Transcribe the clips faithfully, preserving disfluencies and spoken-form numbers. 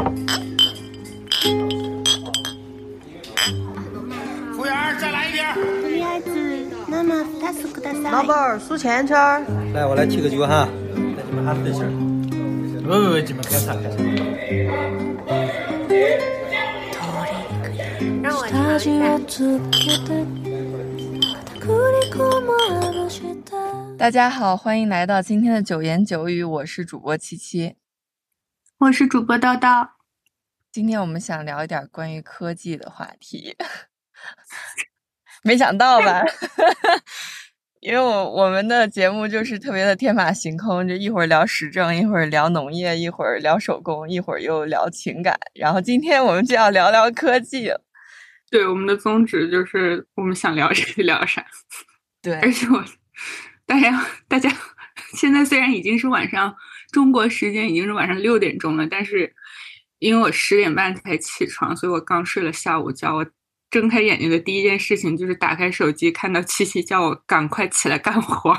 服务员，再来一瓶。 とりあえず生二つください。 老板儿，数钱圈儿。 来，我来提个酒哈。来，你们喊对声。 不不不，你们开啥开啥。 让我尝一下。 大家好，欢迎来到今天的九言九语，我是主播七七， 我是主播叨叨。 今天我们想聊一点关于科技的话题，没想到吧？因为我我们的节目就是特别的天马行空，就一会儿聊时政，一会儿聊农业，一会儿聊手工，一会儿又聊情感，然后今天我们就要聊聊科技了。 对，我们的宗旨就是我们想聊啥就聊啥。 对， 而且我大家大家现在虽然已经是晚上中国时间已经是晚上六点钟了，但是因为我十点半才起床，所以我刚睡了下午觉。我睁开眼睛的第一件事情就是打开手机，看到七七叫我赶快起来干活。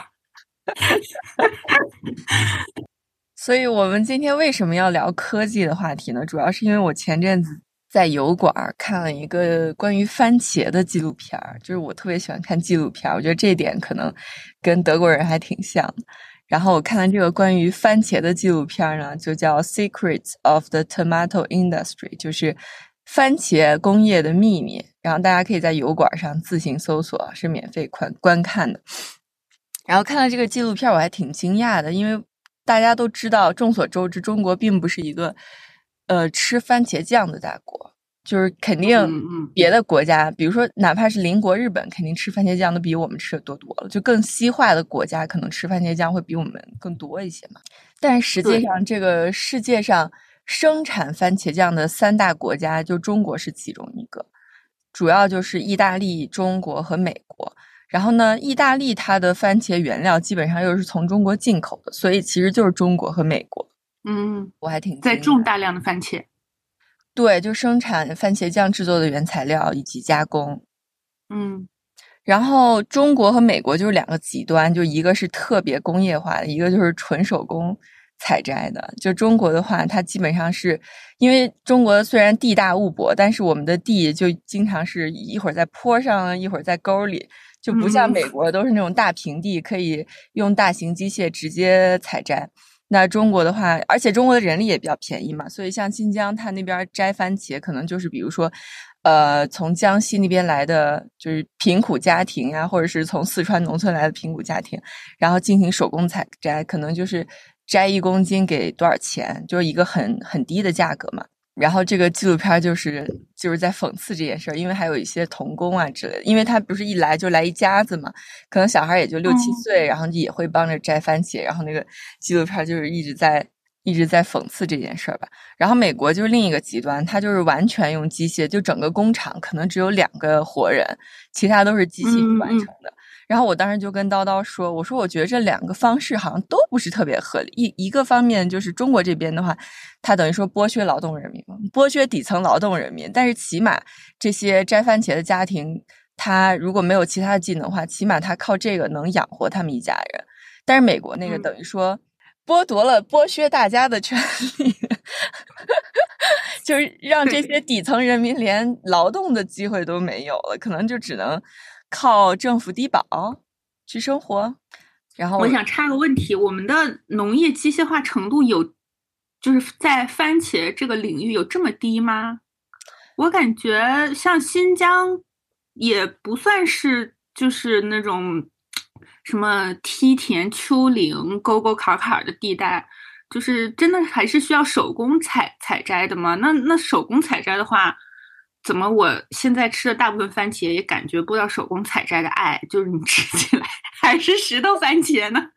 所以我们今天为什么要聊科技的话题呢？主要是因为我前阵子在油管看了一个关于番茄的纪录片，就是我特别喜欢看纪录片，我觉得这一点可能跟德国人还挺像的。然后我看了这个关于番茄的纪录片呢，就叫 Secrets of the Tomato Industry， 就是番茄工业的秘密。然后大家可以在油管上自行搜索，是免费观观看的。然后看了这个纪录片我还挺惊讶的，因为大家都知道，众所周知，中国并不是一个呃吃番茄酱的大国，就是肯定别的国家，比如说哪怕是邻国日本，肯定吃番茄酱都比我们吃的多多了，就更西化的国家可能吃番茄酱会比我们更多一些嘛。但是实际上这个世界上生产番茄酱的三大国家，就中国是其中一个，主要就是意大利、中国和美国。然后呢，意大利它的番茄原料基本上又是从中国进口的，所以其实就是中国和美国。 嗯， 我还挺在种大量的番茄。 对，就生产番茄酱制作的原材料以及加工。 嗯， 然后中国和美国就是两个极端，就一个是特别工业化的，一个就是纯手工采摘的。就中国的话，它基本上是因为中国虽然地大物博，但是我们的地就经常是一会儿在坡上，一会儿在沟里，就不像美国都是那种大平地，可以用大型机械直接采摘。那中国的话，而且中国的人力也比较便宜嘛，所以像新疆它那边摘番茄，可能就是比如说呃，从江西那边来的就是贫苦家庭啊，或者是从四川农村来的贫苦家庭，然后进行手工采摘，可能就是摘一公斤给多少钱，就是一个很很低的价格嘛。然后这个纪录片就是就是在讽刺这件事儿，因为还有一些童工啊之类的，因为他不是一来就来一家子嘛，可能小孩也就六七岁，然后也会帮着摘番茄，然后那个纪录片就是一直在一直在讽刺这件事儿吧。然后美国就是另一个极端，它就是完全用机械，就整个工厂可能只有两个活人，其他都是机器完成的。嗯嗯，然后我当时就跟叨叨说，我说我觉得这两个方式好像都不是特别合理。一一个方面就是中国这边的话，它等于说剥削劳动人民，剥削底层劳动人民，但是起码这些摘番茄的家庭，他如果没有其他的技能的话，起码他靠这个能养活他们一家人。但是美国那个等于说剥夺了剥削大家的权利，就是让这些底层人民连劳动的机会都没有了，可能就只能靠政府低保去生活。然后我想插个问题，我们的农业机械化程度有就是在番茄这个领域有这么低吗？我感觉像新疆也不算是就是那种什么梯田丘陵沟沟坎坎的地带，就是真的还是需要手工采采摘的吗？那那手工采摘的话，怎么我现在吃的大部分番茄也感觉不到手工采摘的爱，就是你吃起来还是石头番茄呢？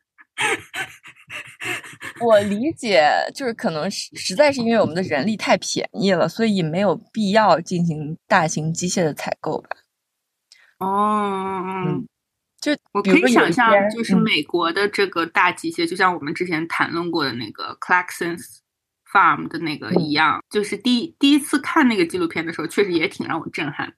我理解，就是可能实在是因为我们的人力太便宜了，所以没有必要进行大型机械的采购吧。 哦， 嗯，就我可以想象，就是美国的这个大机械，嗯、就像我们之前谈论过的那个 Clarkson's Farm 的那个一样，嗯、就是第第一次看那个纪录片的时候，确实也挺让我震撼。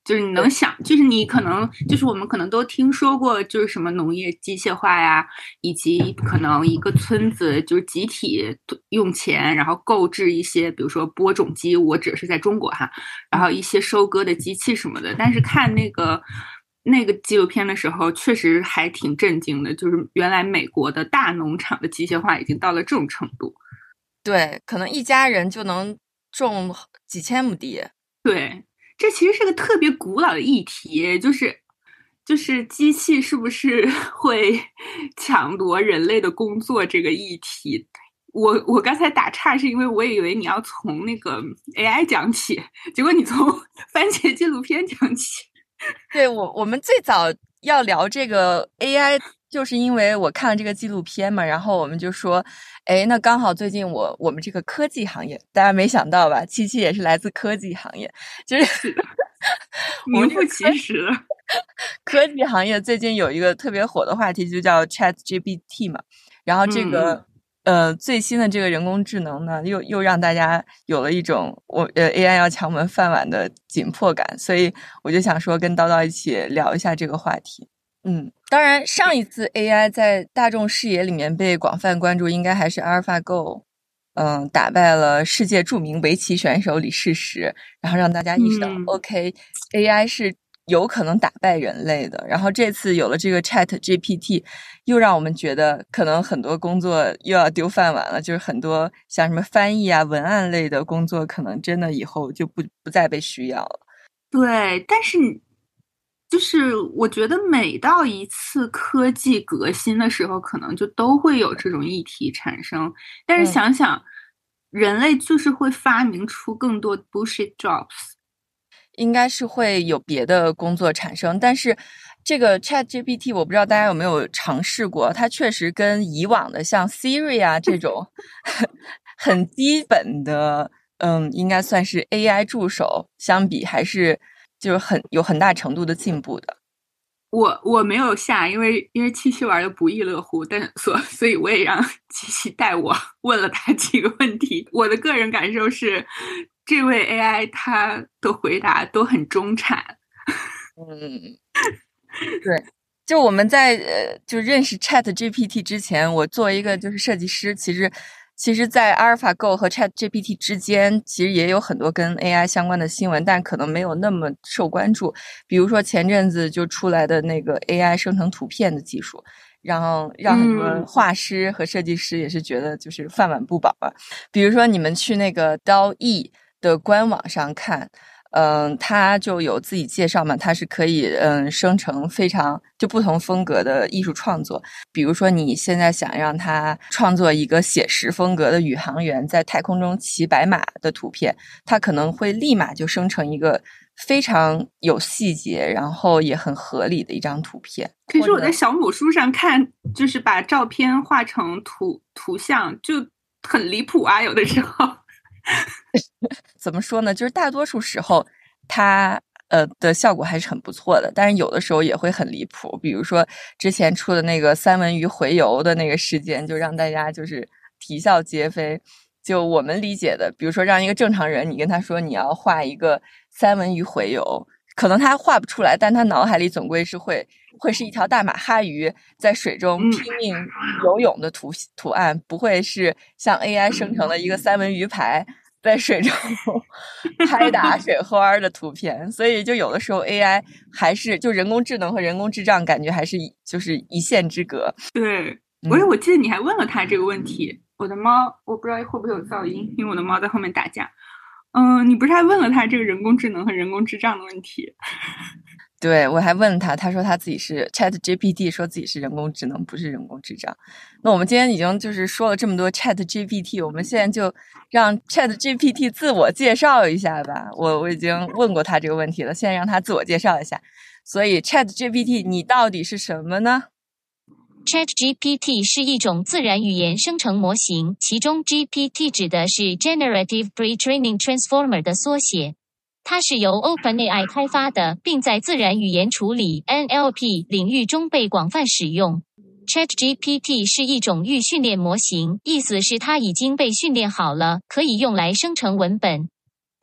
就是你能想，就是你可能就是我们可能都听说过，就是什么农业机械化呀，以及可能一个村子就是集体用钱，然后购置一些，比如说播种机，我指的是在中国哈，然后一些收割的机器什么的。但是看那个那个纪录片的时候，确实还挺震惊的，就是原来美国的大农场的机械化已经到了这种程度。 对，可能一家人就能种几千亩地。 对。这其实是个特别古老的议题，就是就是机器是不是会抢夺人类的工作这个议题。我我刚才打岔是因为我以为你要从那个 A I 讲起，结果你从番茄纪录片讲起。 对，我我们最早要聊这个 A I， 就是因为我看了这个纪录片嘛，然后我们就说，哎，那刚好最近我我们这个科技行业，大家没想到吧？七七也是来自科技行业，就是名副其实的。 科技行业最近有一个特别火的话题，就叫 Chat G P T 嘛。然后这个、嗯、呃最新的这个人工智能呢，又又让大家有了一种我呃 A I 要抢我们饭碗的紧迫感，所以我就想说跟叨叨一起聊一下这个话题。嗯，当然上一次 A I 在大众视野里面被广泛关注，应该还是 AlphaGo， 嗯，打败了世界著名围棋选手李世石，然后让大家意识到、嗯、OK A I 是有可能打败人类的。然后这次有了这个 Chat G P T， 又让我们觉得可能很多工作又要丢饭碗了，就是很多像什么翻译啊、文案类的工作，可能真的以后就不不再被需要了。 对，但是你就是我觉得每到一次科技革新的时候，可能就都会有这种议题产生。但是想想、嗯、人类就是会发明出更多 bullshit jobs， 应该是会有别的工作产生。但是这个 Chat G P T 我不知道大家有没有尝试过，它确实跟以往的像 Siri 啊这种很基本的嗯，应该算是 A I 助手相比，还是就是很有很大程度的进步的。 我我没有下，因为因为七七玩的不亦乐乎，但所所以我也让七七带我问了他几个问题。我的个人感受是，这位 A I 他的回答都很中产。 嗯，对，就我们在呃就认识 Chat G P T 之前，我作为一个就是设计师，其实。其实在 AlphaGo 和 Chat G P T 之间其实也有很多跟 A I 相关的新闻，但可能没有那么受关注。比如说前阵子就出来的那个 A I 生成图片的技术，然后让很多画师和设计师也是觉得就是饭碗不保啊。比如说你们去那个 D A L L-E 的官网上看，嗯，它就有自己介绍嘛，它是可以嗯生成非常就不同风格的艺术创作。比如说你现在想让它创作一个写实风格的宇航员在太空中骑白马的图片，它可能会立马就生成一个非常有细节然后也很合理的一张图片。 可是我在小某书上看，就是把照片画成图图像就很离谱啊，有的时候怎么说呢，就是大多数时候它呃的效果还是很不错的，但是有的时候也会很离谱。比如说之前出的那个三文鱼洄游的那个事件，就让大家就是啼笑皆非。就我们理解的，比如说让一个正常人你跟他说你要画一个三文鱼洄游，可能他画不出来，但他脑海里总归是会会是一条大马哈鱼在水中拼命游泳的图图案，不会是像 A I 生成的一个三文鱼排在水中拍打水花的图片。所以就有的时候 A I 还是就人工智能和人工智障感觉还是就是一线之隔。 对，我我记得你还问了他这个问题。我的猫我不知道会不会有噪音，因为我的猫在后面打架。嗯，你不是还问了他这个人工智能和人工智障的问题？ 对，我还问他，他说他自己是 Chat G P T， 说自己是人工智能，不是人工智障。那我们今天已经就是说了这么多 Chat G P T， 我们现在就让 Chat G P T 自我介绍一下吧。我我已经问过他这个问题了，现在让他自我介绍一下。所以 Chat G P T 你到底是什么呢？ Chat G P T 是一种自然语言生成模型，其中 G P T 指的是 Generative Pre-training Transformer 的缩写。它是由 OpenAI 开发的，并在自然语言处理 N L P 领域中被广泛使用。Chat G P T 是一种预训练模型，意思是它已经被训练好了，可以用来生成文本。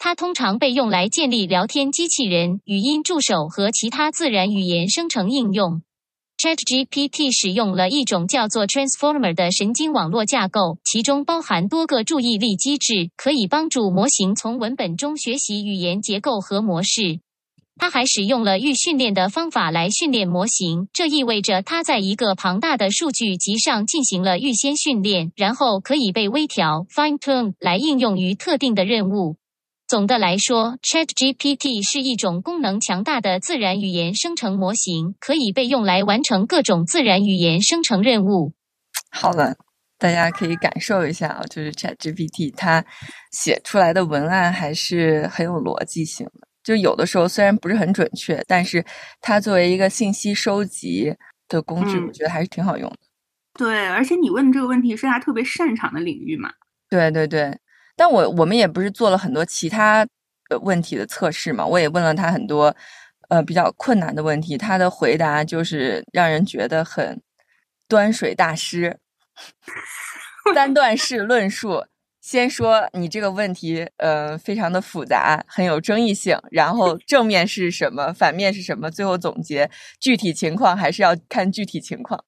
它通常被用来建立聊天机器人、语音助手和其他自然语言生成应用。ChatGPT 使用了一种叫做 Transformer 的神经网络架构，其中包含多个注意力机制，可以帮助模型从文本中学习语言结构和模式。它还使用了预训练的方法来训练模型，这意味着它在一个庞大的数据集上进行了预先训练，然后可以被微调 fine-tune 来应用于特定的任务。总的来说 ，ChatGPT 是一种功能强大的自然语言生成模型，可以被用来完成各种自然语言生成任务。 好了，大家可以感受一下啊，就是 ChatGPT 它写出来的文案还是很有逻辑性的。就有的时候虽然不是很准确，但是它作为一个信息收集的工具， 嗯、 我觉得还是挺好用的。 对，而且你问这个问题是他特别擅长的领域嘛。 对对对。但我我们也不是做了很多其他问题的测试嘛，我也问了他很多呃比较困难的问题，他的回答就是让人觉得很端水大师，三段式论述，先说你这个问题呃非常的复杂，很有争议性，然后正面是什么，反面是什么，最后总结具体情况还是要看具体情况。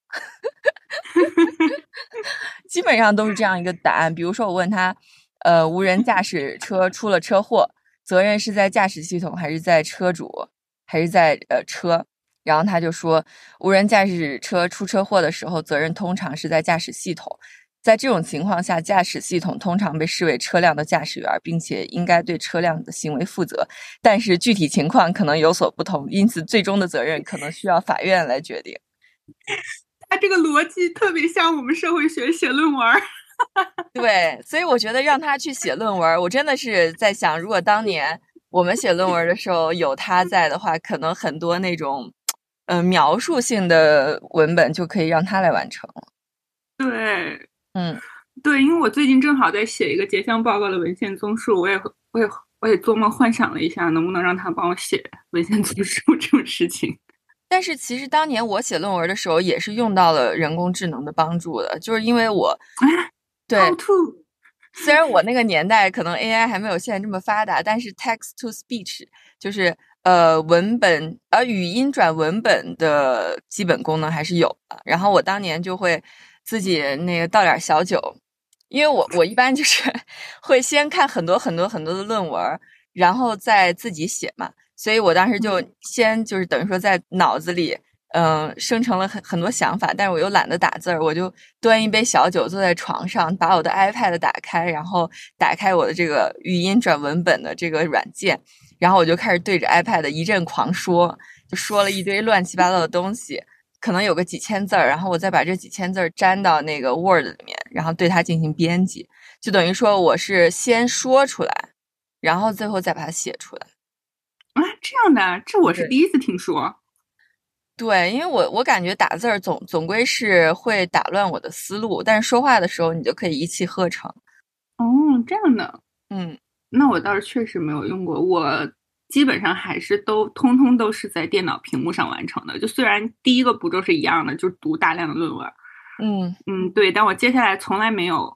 基本上都是这样一个答案。比如说我问他呃，无人驾驶车出了车祸，责任是在驾驶系统还是在车主还是在呃车？然后他就说，无人驾驶车出车祸的时候，责任通常是在驾驶系统。在这种情况下，驾驶系统通常被视为车辆的驾驶员，并且应该对车辆的行为负责。但是具体情况可能有所不同，因此最终的责任可能需要法院来决定。 他这个逻辑特别像我们社会学写论文。 对，所以我觉得让他去写论文，我真的是在想，如果当年我们写论文的时候有他在的话，可能很多那种呃描述性的文本就可以让他来完成了。 对， 嗯， 对，因为我最近正好在写一个结项报告的文献综述，我也我也我也做梦幻想了一下，能不能让他帮我写文献综述这种事情。 但是其实当年我写论文的时候也是用到了人工智能的帮助的，就是因为我对，虽然我那个年代可能 A I 还没有现在这么发达，但是 text to speech 就是呃文本呃语音转文本的基本功能还是有的。然后我当年就会自己那个倒点小酒，因为我我一般就是会先看很多很多很多的论文，然后再自己写嘛。所以我当时就先就是等于说在脑子里嗯、呃，生成了很很多想法，但是我又懒得打字儿，我就端一杯小酒坐在床上，把我的 iPad 打开，然后打开我的这个语音转文本的这个软件，然后我就开始对着 iPad 一阵狂说，就说了一堆乱七八糟的东西，可能有个几千字儿，然后我再把这几千字儿粘到那个 Word 里面，然后对它进行编辑，就等于说我是先说出来，然后最后再把它写出来。 啊，这样的，这我是第一次听说。 对，因为我我感觉打字儿总总归是会打乱我的思路，但是说话的时候你就可以一气呵成。 哦，这样的， 嗯， 那我倒是确实没有用过，我基本上还是都通通都是在电脑屏幕上完成的。就虽然第一个步骤是一样的，就是读大量的论文。 嗯嗯，对，但我接下来从来没有。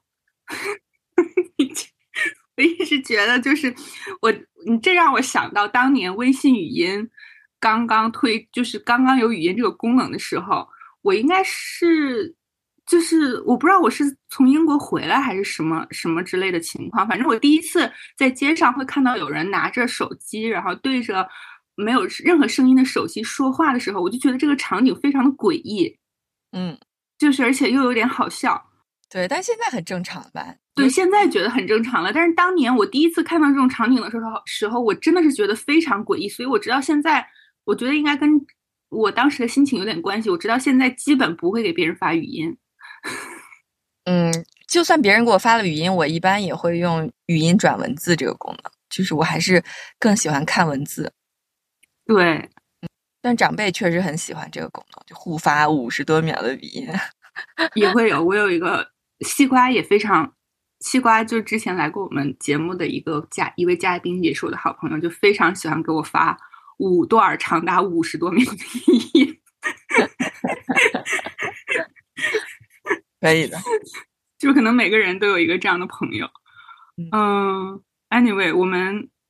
我一直觉得就是我，你这让我想到当年微信语音刚刚推，就是刚刚有语音这个功能的时候，我应该是，就是我不知道我是从英国回来还是什么什么之类的情况，反正我第一次在街上会看到有人拿着手机，然后对着没有任何声音的手机说话的时候，我就觉得这个场景非常的诡异， 嗯， 就是而且又有点好笑。 对，但现在很正常吧？ 对，现在觉得很正常了，但是当年我第一次看到这种场景的时候，时候我真的是觉得非常诡异，所以我直到现在，我觉得应该跟我当时的心情有点关系。我直到现在基本不会给别人发语音。 嗯，就算别人给我发了语音，我一般也会用语音转文字这个功能，就是我还是更喜欢看文字。 对， 嗯，但长辈确实很喜欢这个功能，就互发五十多秒的语音。 也会有，我有一个西瓜也非常。西瓜就之前来过我们节目的一个嘉一位嘉宾，也是我的好朋友，就非常喜欢给我发五段长达五十多秒的语音。 可以的， 就可能每个人都有一个这样的朋友。嗯 ，anyway， 我们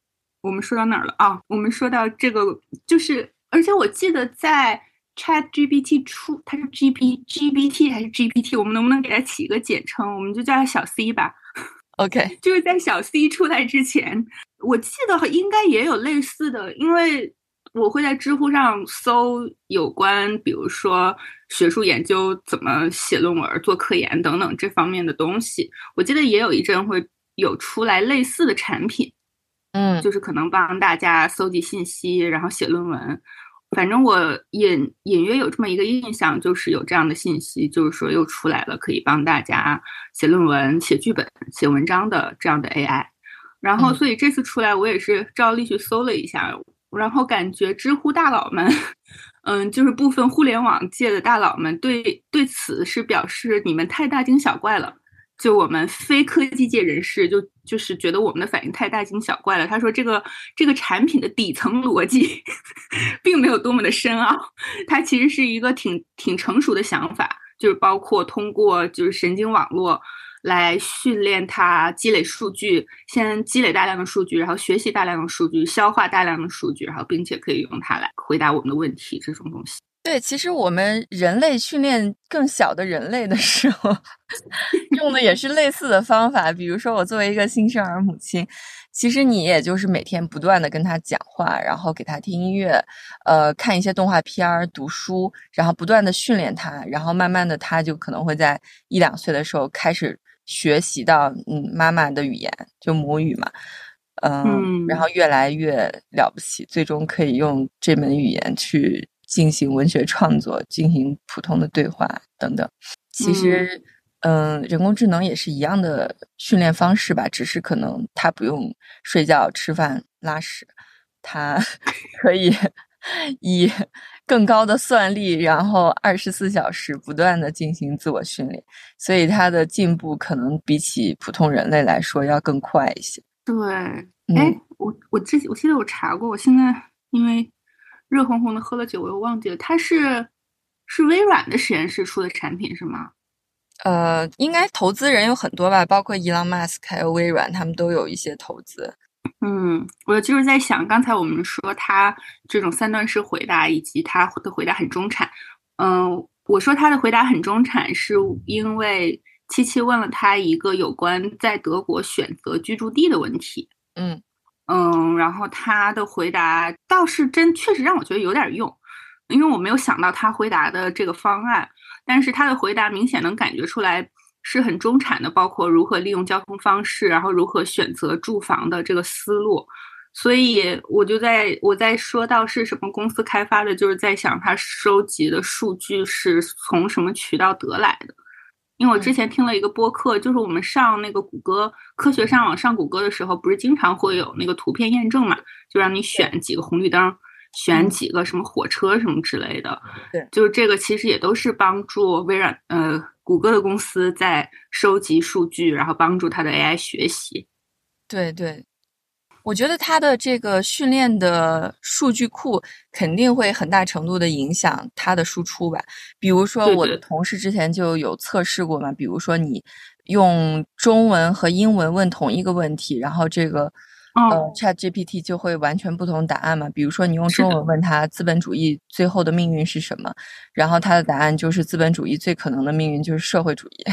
我们说到哪儿了啊？我们说到这个，就是而且我记得在 ChatGPT 出，它是 G P G B T 还是 G P T？ 我们能不能给它起一个简称？我们就叫它小 C 吧。 OK， 就是在小 C 出来之前，我记得应该也有类似的，因为我会在知乎上搜有关，比如说学术研究怎么写论文、做科研等等这方面的东西。我记得也有一阵会有出来类似的产品， 嗯， 就是可能帮大家搜集信息，然后写论文。反正我隐隐约有这么一个印象，就是有这样的信息，就是说又出来了，可以帮大家写论文、写剧本、写文章的这样的 A I。然后，所以这次出来，我也是照例去搜了一下，然后感觉知乎大佬们，嗯，就是部分互联网界的大佬们对对此是表示你们太大惊小怪了。就我们非科技界人士就就是觉得我们的反应太大惊小怪了。他说这个这个产品的底层逻辑并没有多么的深奥，它其实是一个挺挺成熟的想法，就是包括通过就是神经网络来训练它积累数据，先积累大量的数据，然后学习大量的数据，消化大量的数据，然后并且可以用它来回答我们的问题，这种东西。 对，其实我们人类训练更小的人类的时候用的也是类似的方法。比如说我作为一个新生儿母亲，其实你也就是每天不断的跟他讲话，然后给他听音乐，呃，看一些动画片，读书，然后不断的训练他，然后慢慢的他就可能会在一两岁的时候开始学习到嗯妈妈的语言，就母语嘛。嗯， 嗯然后越来越了不起，最终可以用这门语言去进行文学创作，进行普通的对话等等。其实嗯、呃，人工智能也是一样的训练方式吧，只是可能它不用睡觉吃饭拉屎，它可以以更高的算力，然后二十四小时不断的进行自我训练，所以它的进步可能比起普通人类来说要更快一些。 对， 嗯哎，我我之我记得我查过，我现在因为热烘烘的喝了酒，我又忘记了，它是是微软的实验室出的产品是吗？ 呃，应该投资人有很多吧，包括伊朗马斯克还有微软，他们都有一些投资。 嗯，我就是在想，刚才我们说他这种三段式回答，以及他的回答很中产。嗯，我说他的回答很中产，是因为七七问了他一个有关在德国选择居住地的问题。 嗯嗯，然后他的回答倒是真确实让我觉得有点用，因为我没有想到他回答的这个方案，但是他的回答明显能感觉出来是很中产的，包括如何利用交通方式，然后如何选择住房的这个思路。所以我就在我在说到是什么公司开发的，就是在想他收集的数据是从什么渠道得来的。因为我之前听了一个播客，就是我们上那个谷歌科学上网上谷歌的时候，不是经常会有那个图片验证嘛，就让你选几个红绿灯，选几个什么火车什么之类的。 对， 就是这个其实也都是帮助微软呃谷歌的公司在收集数据，然后帮助它的 A I 学习。 对对。我觉得它的这个训练的数据库肯定会很大程度的影响它的输出吧。比如说我的同事之前就有测试过嘛，比如说你用中文和英文问同一个问题，然后这个、哦、呃 ChatGPT 就会完全不同答案嘛。比如说你用中文问它资本主义最后的命运是什么，然后它的答案就是资本主义最可能的命运就是社会主义。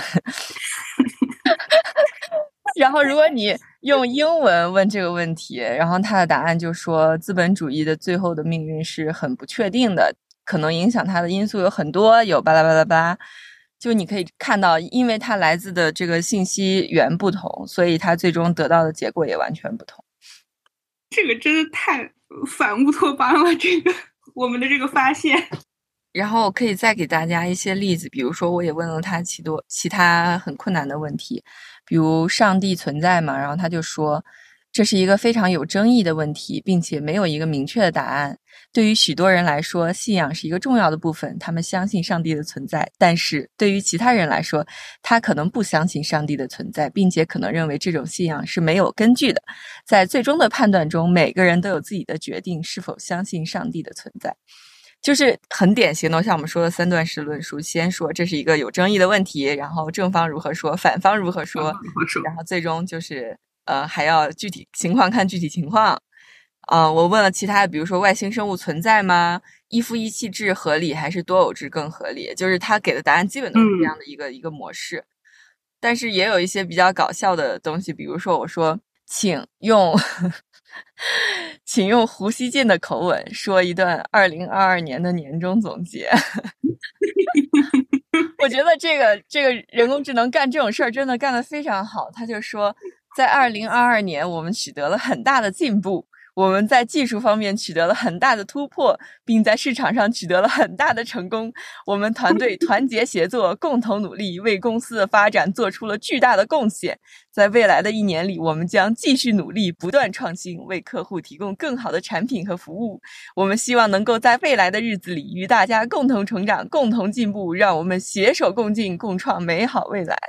然后如果你用英文问这个问题，然后他的答案就说资本主义的最后的命运是很不确定的，可能影响它的因素有很多，有巴拉巴拉巴拉。就你可以看到，因为它来自的这个信息源不同，所以它最终得到的结果也完全不同。 这个真的太反乌托邦了，这个我们的这个发现。 然后我可以再给大家一些例子，比如说我也问了他其多其他很困难的问题，比如上帝存在嘛，然后他就说这是一个非常有争议的问题，并且没有一个明确的答案。对于许多人来说，信仰是一个重要的部分，他们相信上帝的存在，但是对于其他人来说，他可能不相信上帝的存在，并且可能认为这种信仰是没有根据的。在最终的判断中，每个人都有自己的决定是否相信上帝的存在。就是很典型的，像我们说的三段式论述，先说这是一个有争议的问题，然后正方如何说，反方如何说，然后最终就是呃还要具体情况看具体情况， 呃，我问了其他的，比如说外星生物存在吗？一夫一妻制合理还是多偶制更合理？就是他给的答案基本都是这样的一个、嗯、一个模式。但是也有一些比较搞笑的东西，比如说我说，请用请用胡锡进的口吻说一段二零二二年的年终总结。我觉得这个这个人工智能干这种事儿真的干得非常好。他就说，在二零二二年我们取得了很大的进步，我们在技术方面取得了很大的突破，并在市场上取得了很大的成功。我们团队团结协作，共同努力，为公司的发展做出了巨大的贡献。在未来的一年里，我们将继续努力，不断创新，为客户提供更好的产品和服务。我们希望能够在未来的日子里与大家共同成长，共同进步，让我们携手共进，共创美好未来。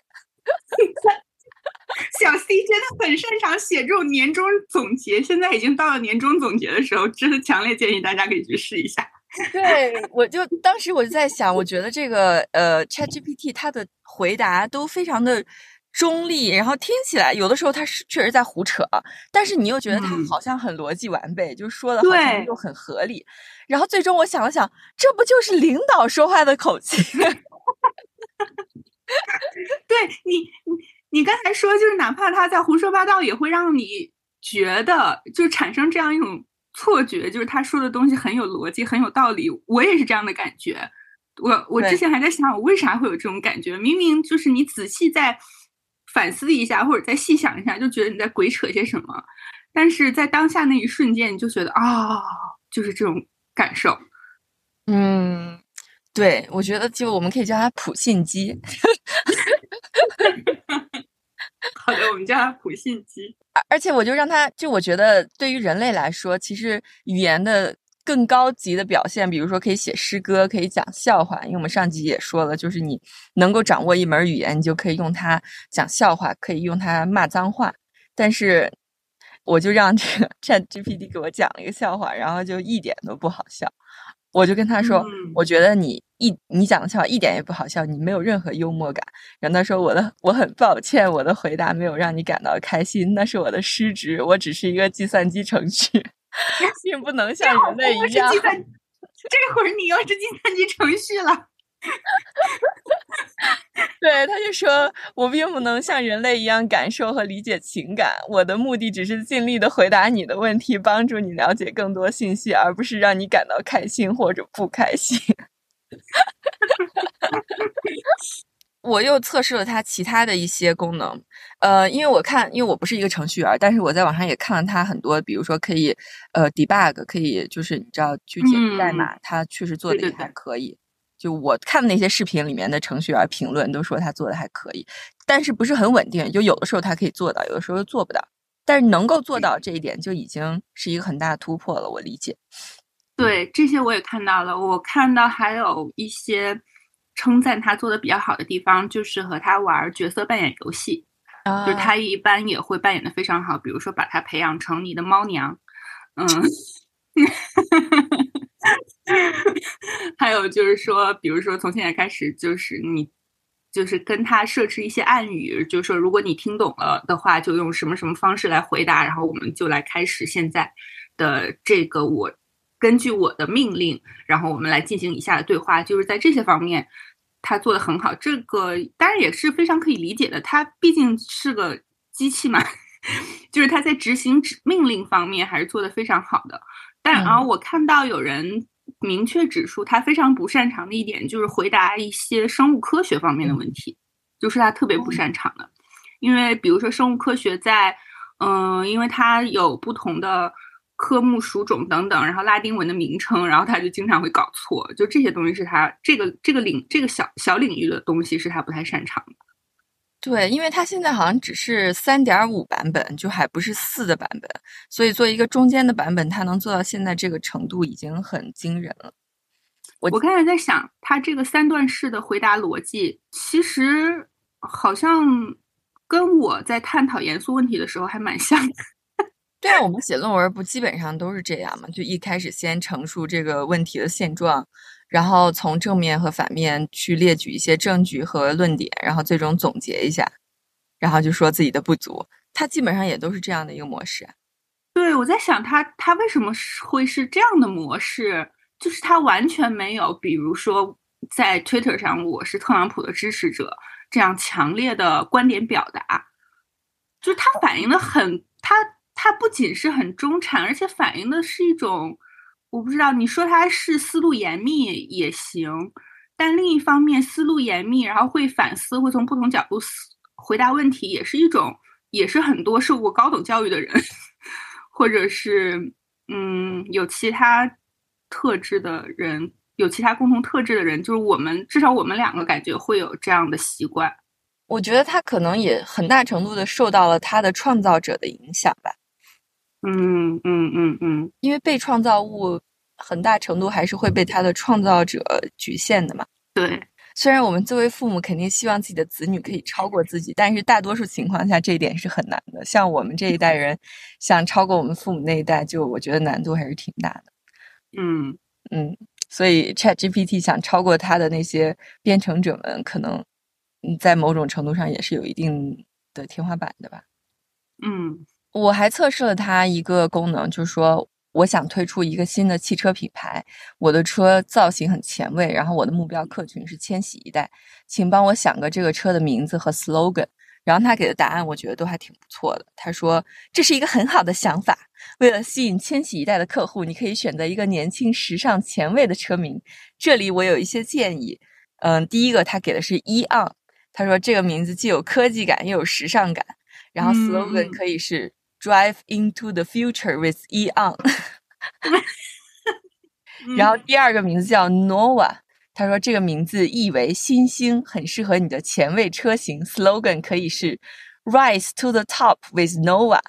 小 C 真的很擅长写这种年终总结，现在已经到了年终总结的时候，真的强烈建议大家可以去试一下。 对，我就当时我就在想，我觉得这个呃 ChatGPT 它的回答都非常的中立，然后听起来有的时候它是确实在胡扯，但是你又觉得它好像很逻辑完备，嗯、就是说的好像又很合理。然后最终我想了想，这不就是领导说话的口气？ 对你你。你刚才说，就是哪怕他在胡说八道，也会让你觉得，就产生这样一种错觉，就是他说的东西很有逻辑，很有道理。我也是这样的感觉。我我之前还在想，我为啥会有这种感觉？明明就是你仔细再反思一下，或者再细想一下，就觉得你在鬼扯些什么。但是在当下那一瞬间，你就觉得啊、哦，就是这种感受。 嗯，对，我觉得就我们可以叫它普信机。 好的，我们叫它普信机。 而且我就让它，就我觉得对于人类来说，其实语言的更高级的表现，比如说可以写诗歌，可以讲笑话。因为我们上集也说了，就是你能够掌握一门语言，你就可以用它讲笑话，可以用它骂脏话。但是我就让这个 ChatGPT 给我讲了一个笑话，然后就一点都不好笑。我就跟他说、嗯、我觉得你一你讲的笑话一点也不好笑，你没有任何幽默感。然后他说我的我很抱歉，我的回答没有让你感到开心，那是我的失职，我只是一个计算机程序，并不能像人类一样。 这会儿你又是计算机程序了。 对，他就说我并不能像人类一样感受和理解情感，我的目的只是尽力的回答你的问题，帮助你了解更多信息，而不是让你感到开心或者不开心。我又测试了它其他的一些功能，呃，因为我看，因为我不是一个程序员，但是我在网上也看了它很多，比如说可以呃 debug， 可以就是你知道去解释代码，嗯、它确实做的也还可以。对对对，就我看的那些视频里面的程序员评论都说他做的还可以，但是不是很稳定，就有的时候他可以做到，有的时候又做不到，但是能够做到这一点就已经是一个很大的突破了，我理解。 对，这些我也看到了，我看到还有一些称赞他做的比较好的地方，就是和他玩角色扮演游戏，啊、就是他一般也会扮演的非常好，比如说把他培养成你的猫娘，嗯。还有就是说，比如说从现在开始，就是你就是跟他设置一些暗语，就是说如果你听懂了的话，就用什么什么方式来回答，然后我们就来开始现在的这个我根据我的命令，然后我们来进行以下的对话。就是在这些方面他做得很好，这个当然也是非常可以理解的，他毕竟是个机器嘛，就是他在执行命令方面还是做得非常好的。但啊，我看到有人明确指出他非常不擅长的一点就是回答一些生物科学方面的问题，就是他特别不擅长的。因为比如说生物科学在嗯、呃，因为它有不同的科目属种等等，然后拉丁文的名称，然后他就经常会搞错，就这些东西是他这个这个领这个小小领域的东西是他不太擅长的。 对，因为它现在好像只是 三点五 版本，就还不是四的版本，所以做一个中间的版本，它能做到现在这个程度已经很惊人了。 我我刚才在想，它这个三段式的回答逻辑，其实好像跟我在探讨严肃问题的时候还蛮像的。 对啊，我们写论文不基本上都是这样嘛？就一开始先陈述这个问题的现状，然后从正面和反面去列举一些证据和论点，然后最终总结一下，然后就说自己的不足。它基本上也都是这样的一个模式。 对，我在想他他为什么会是这样的模式，就是他完全没有比如说在 Twitter 上我是特朗普的支持者这样强烈的观点表达，就是他反映的很他他不仅是很中产，而且反映的是一种，我不知道你说他是思路严密也行，但另一方面思路严密然后会反思，会从不同角度回答问题，也是一种也是很多受过高等教育的人或者是嗯有其他特质的人，有其他共同特质的人，就是我们至少我们两个感觉会有这样的习惯。 我觉得他可能也很大程度的受到了他的创造者的影响吧。 嗯嗯嗯嗯， 因为被创造物很大程度还是会被他的创造者局限的嘛。 对， 虽然我们作为父母肯定希望自己的子女可以超过自己，但是大多数情况下这一点是很难的。像我们这一代人想超过我们父母那一代，就我觉得难度还是挺大的。 嗯嗯，所以 ChatGPT 想超过他的那些编程者们，可能在某种程度上也是有一定的天花板的吧。 嗯， 我还测试了它一个功能，就是说我想推出一个新的汽车品牌，我的车造型很前卫，然后我的目标客群是千禧一代，请帮我想个这个车的名字和 slogan。然后他给的答案我觉得都还挺不错的。他说这是一个很好的想法，为了吸引千禧一代的客户，你可以选择一个年轻时尚前卫的车名。这里我有一些建议。嗯，第一个他给的是 E-on， 他说这个名字既有科技感又有时尚感。然后 slogan 可以是、嗯、Drive into the future with E-on 然后第二个名字叫 Nova， 他说这个名字意为新星，很适合你的前卫车型。 slogan 可以是 Rise to the top with Nova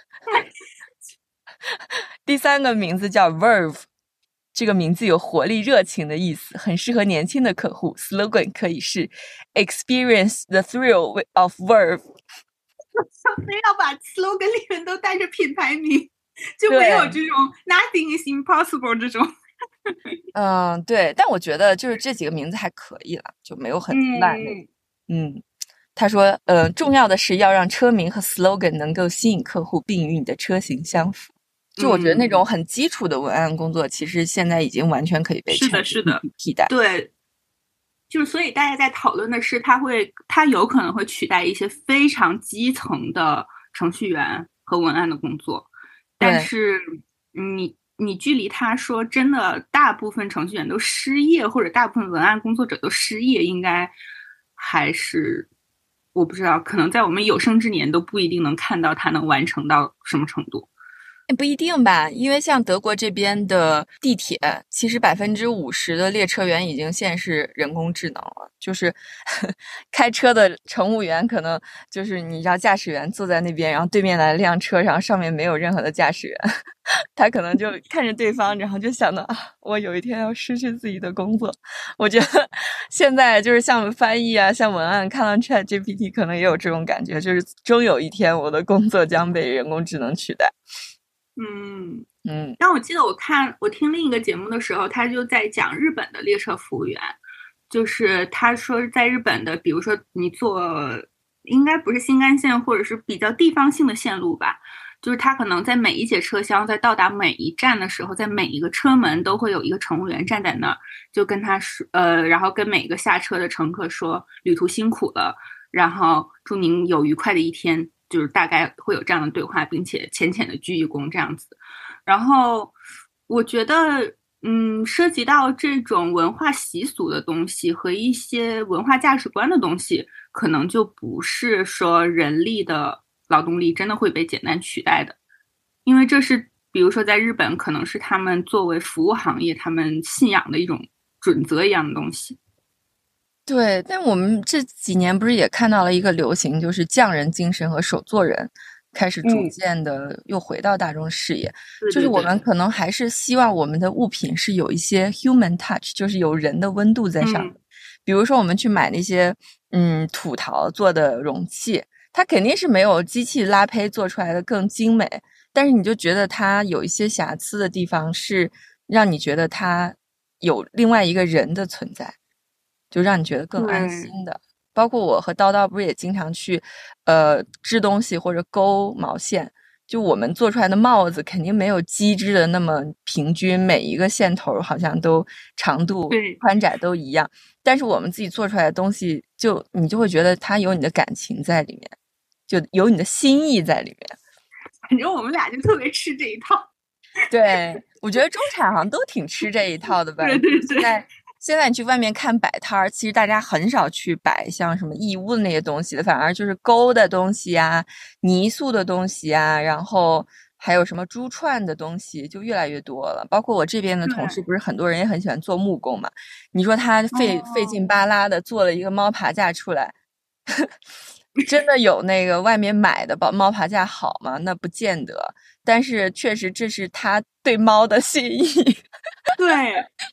第三个名字叫 Verve， 这个名字有活力热情的意思，很适合年轻的客户。 slogan 可以是 Experience the thrill of Verve。 非要把 slogan 里面都带着品牌名，就没有这种 nothing is impossible 这种。 嗯，对，但我觉得就是这几个名字还可以了，就没有很烂的。嗯, 嗯，他说，呃，重要的是要让车名和 slogan 能够吸引客户，并与你的车型相符。就我觉得那种很基础的文案工作，其实现在已经完全可以被是的，是的替代。 对。就是所以大家在讨论的是它会它有可能会取代一些非常基层的程序员和文案的工作，但是你你距离他说真的大部分程序员都失业或者大部分文案工作者都失业，应该还是我不知道，可能在我们有生之年都不一定能看到它能完成到什么程度。 不一定吧，因为像德国这边的地铁，其实百分之五十的列车员已经现在是人工智能了，就是开车的乘务员可能就是你知道驾驶员坐在那边，然后对面来了辆车，然后上面没有任何的驾驶员，他可能就看着对方，然后就想到啊，我有一天要失去自己的工作。我觉得现在就是像翻译啊，像文案，看到 ChatGPT 可能也有这种感觉，就是终有一天我的工作将被人工智能取代。 嗯嗯， 但我记得我看我听另一个节目的时候，他就在讲日本的列车服务员，就是他说在日本的，比如说你坐应该不是新干线或者是比较地方性的线路吧，就是他可能在每一节车厢，在到达每一站的时候，在每一个车门都会有一个乘务员站在那儿，就跟他说呃，然后跟每个下车的乘客说旅途辛苦了，然后祝您有愉快的一天，就是大概会有这样的对话，并且浅浅的鞠一躬这样子。然后我觉得嗯，涉及到这种文化习俗的东西和一些文化价值观的东西，可能就不是说人力的劳动力真的会被简单取代的，因为这是比如说在日本可能是他们作为服务行业他们信仰的一种准则一样的东西。 对，但我们这几年不是也看到了一个流行，就是匠人精神和手作人开始逐渐的又回到大众视野、嗯、就是我们可能还是希望我们的物品是有一些 human touch， 就是有人的温度在上面、嗯、比如说我们去买那些嗯土陶做的容器，它肯定是没有机器拉胚做出来的更精美，但是你就觉得它有一些瑕疵的地方是让你觉得它有另外一个人的存在，就让你觉得更安心的。包括我和叨叨不是也经常去呃织东西或者勾毛线， 就我们做出来的帽子肯定没有机织的那么平均，每一个线头好像都长度宽窄都一样，但是我们自己做出来的东西就你就会觉得它有你的感情在里面，就有你的心意在里面。 反正我们俩就特别吃这一套。 对，我觉得中产好像都挺吃这一套的吧。 对对对。 现在现在你去外面看摆摊儿，其实大家很少去摆像什么义乌的那些东西的，反而就是钩的东西啊、泥塑的东西啊，然后还有什么珠串的东西就越来越多了。包括我这边的同事，不是很多人也很喜欢做木工嘛？你说他费、哦、费劲巴拉的做了一个猫爬架出来。真的有那个外面买的猫爬架好吗？那不见得，但是确实这是他对猫的心意。 对，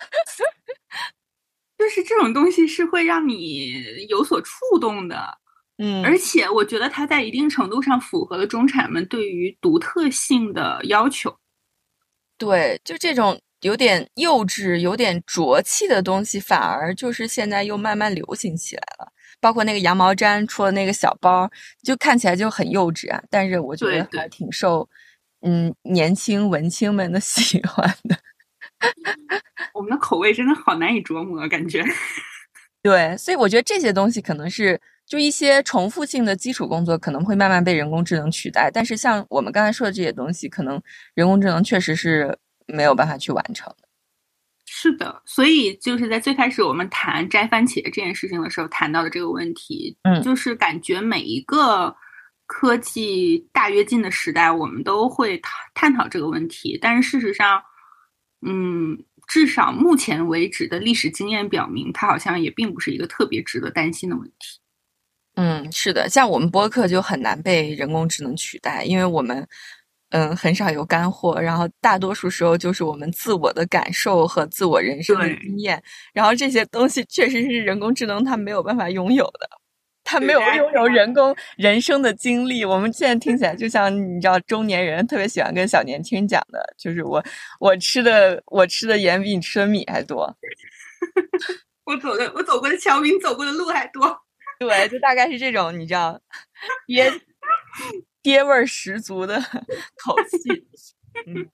就是这种东西是会让你有所触动的。 嗯， 而且我觉得它在一定程度上符合了中产们对于独特性的要求。 对，就这种有点幼稚、有点浊气的东西，反而就是现在又慢慢流行起来了。包括那个羊毛毡出了那个小包，就看起来就很幼稚啊，但是我觉得还挺受嗯年轻文青们的喜欢的。 我们的口味真的好难以琢磨，感觉。 对，所以我觉得这些东西可能是就一些重复性的基础工作可能会慢慢被人工智能取代，但是像我们刚才说的这些东西，可能人工智能确实是没有办法去完成的。 是的，所以就是在最开始我们谈摘番茄这件事情的时候谈到的这个问题， 嗯， 就是感觉每一个科技大跃进的时代，我们都会探讨这个问题，但是事实上，嗯，至少目前为止的历史经验表明，它好像也并不是一个特别值得担心的问题。 嗯，是的，像我们播客就很难被人工智能取代，因为我们嗯，很少有干货，然后大多数时候就是我们自我的感受和自我人生的经验，然后这些东西确实是人工智能它没有办法拥有的，它没有拥有人工人生的经历。我们现在听起来就像你知道中年人特别喜欢跟小年轻讲的，就是我我吃的我吃的盐比你吃的米还多， 我走的我走过的桥比你走过的路还多。 对，就大概是这种你知道爹爹味儿十足的口气。嗯，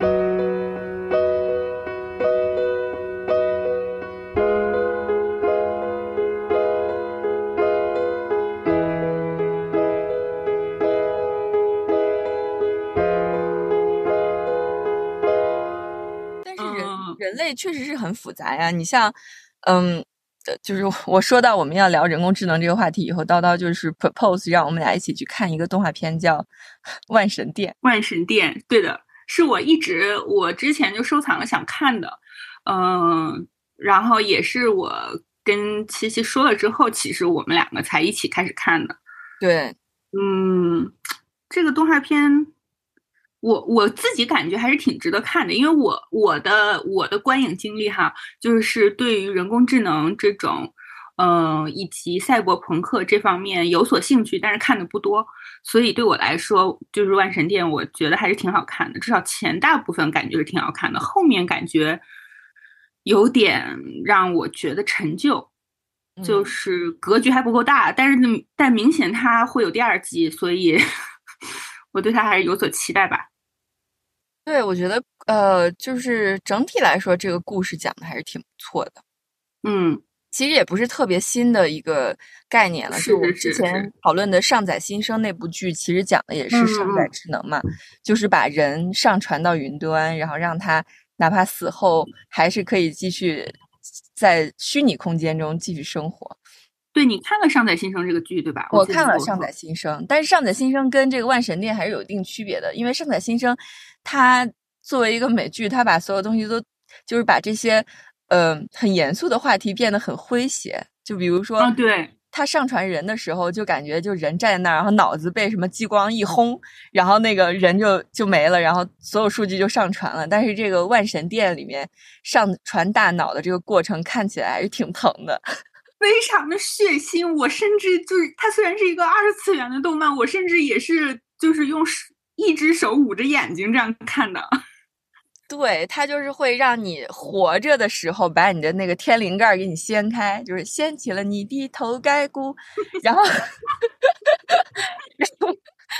但是人、嗯、人类确实是很复杂呀。你像，嗯。就是我说到我们要聊人工智能这个话题以后，叨叨就是 propose 让我们俩一起去看一个动画片叫《万神殿》。 万神殿，对的，是我一直我之前就收藏了想看的，嗯，然后也是我跟七七说了之后，其实我们两个才一起开始看的。 对， 嗯，这个动画片。我我自己感觉还是挺值得看的，因为我我的我的观影经历哈，就是对于人工智能这种，嗯、呃，以及赛博朋克这方面有所兴趣，但是看的不多，所以对我来说，就是万神殿，我觉得还是挺好看的，至少前大部分感觉是挺好看的，后面感觉有点让我觉得陈旧，就是格局还不够大，但是但明显它会有第二季，所以我对它还是有所期待吧。 对，我觉得呃，就是整体来说，这个故事讲的还是挺不错的。 嗯， 其实也不是特别新的一个概念了， 是就我之前讨论的《上载新生》那部剧，其实讲的也是上载智能嘛，嗯、就是把人上传到云端，然后让他哪怕死后还是可以继续在虚拟空间中继续生活。 对，你看了《上载新生》这个剧对吧？ 我看了《上载新生》，但是《上载新生》跟这个《万神殿》还是有一定区别的，因为《上载新生》它作为一个美剧，它把所有东西都就是把这些呃很严肃的话题变得很诙谐，就比如说， 啊，对， 他上传人的时候，就感觉就人站在那儿，然后脑子被什么激光一轰，然后那个人就就没了，然后所有数据就上传了。但是这个《万神殿》里面上传大脑的这个过程看起来还是挺疼的。 非常的血腥，我甚至就是它虽然是一个二次元的动漫，我甚至也是就是用一只手捂着眼睛这样看的。 对，它就是会让你活着的时候把你的那个天灵盖给你掀开，就是掀起了你的头盖骨，然后然后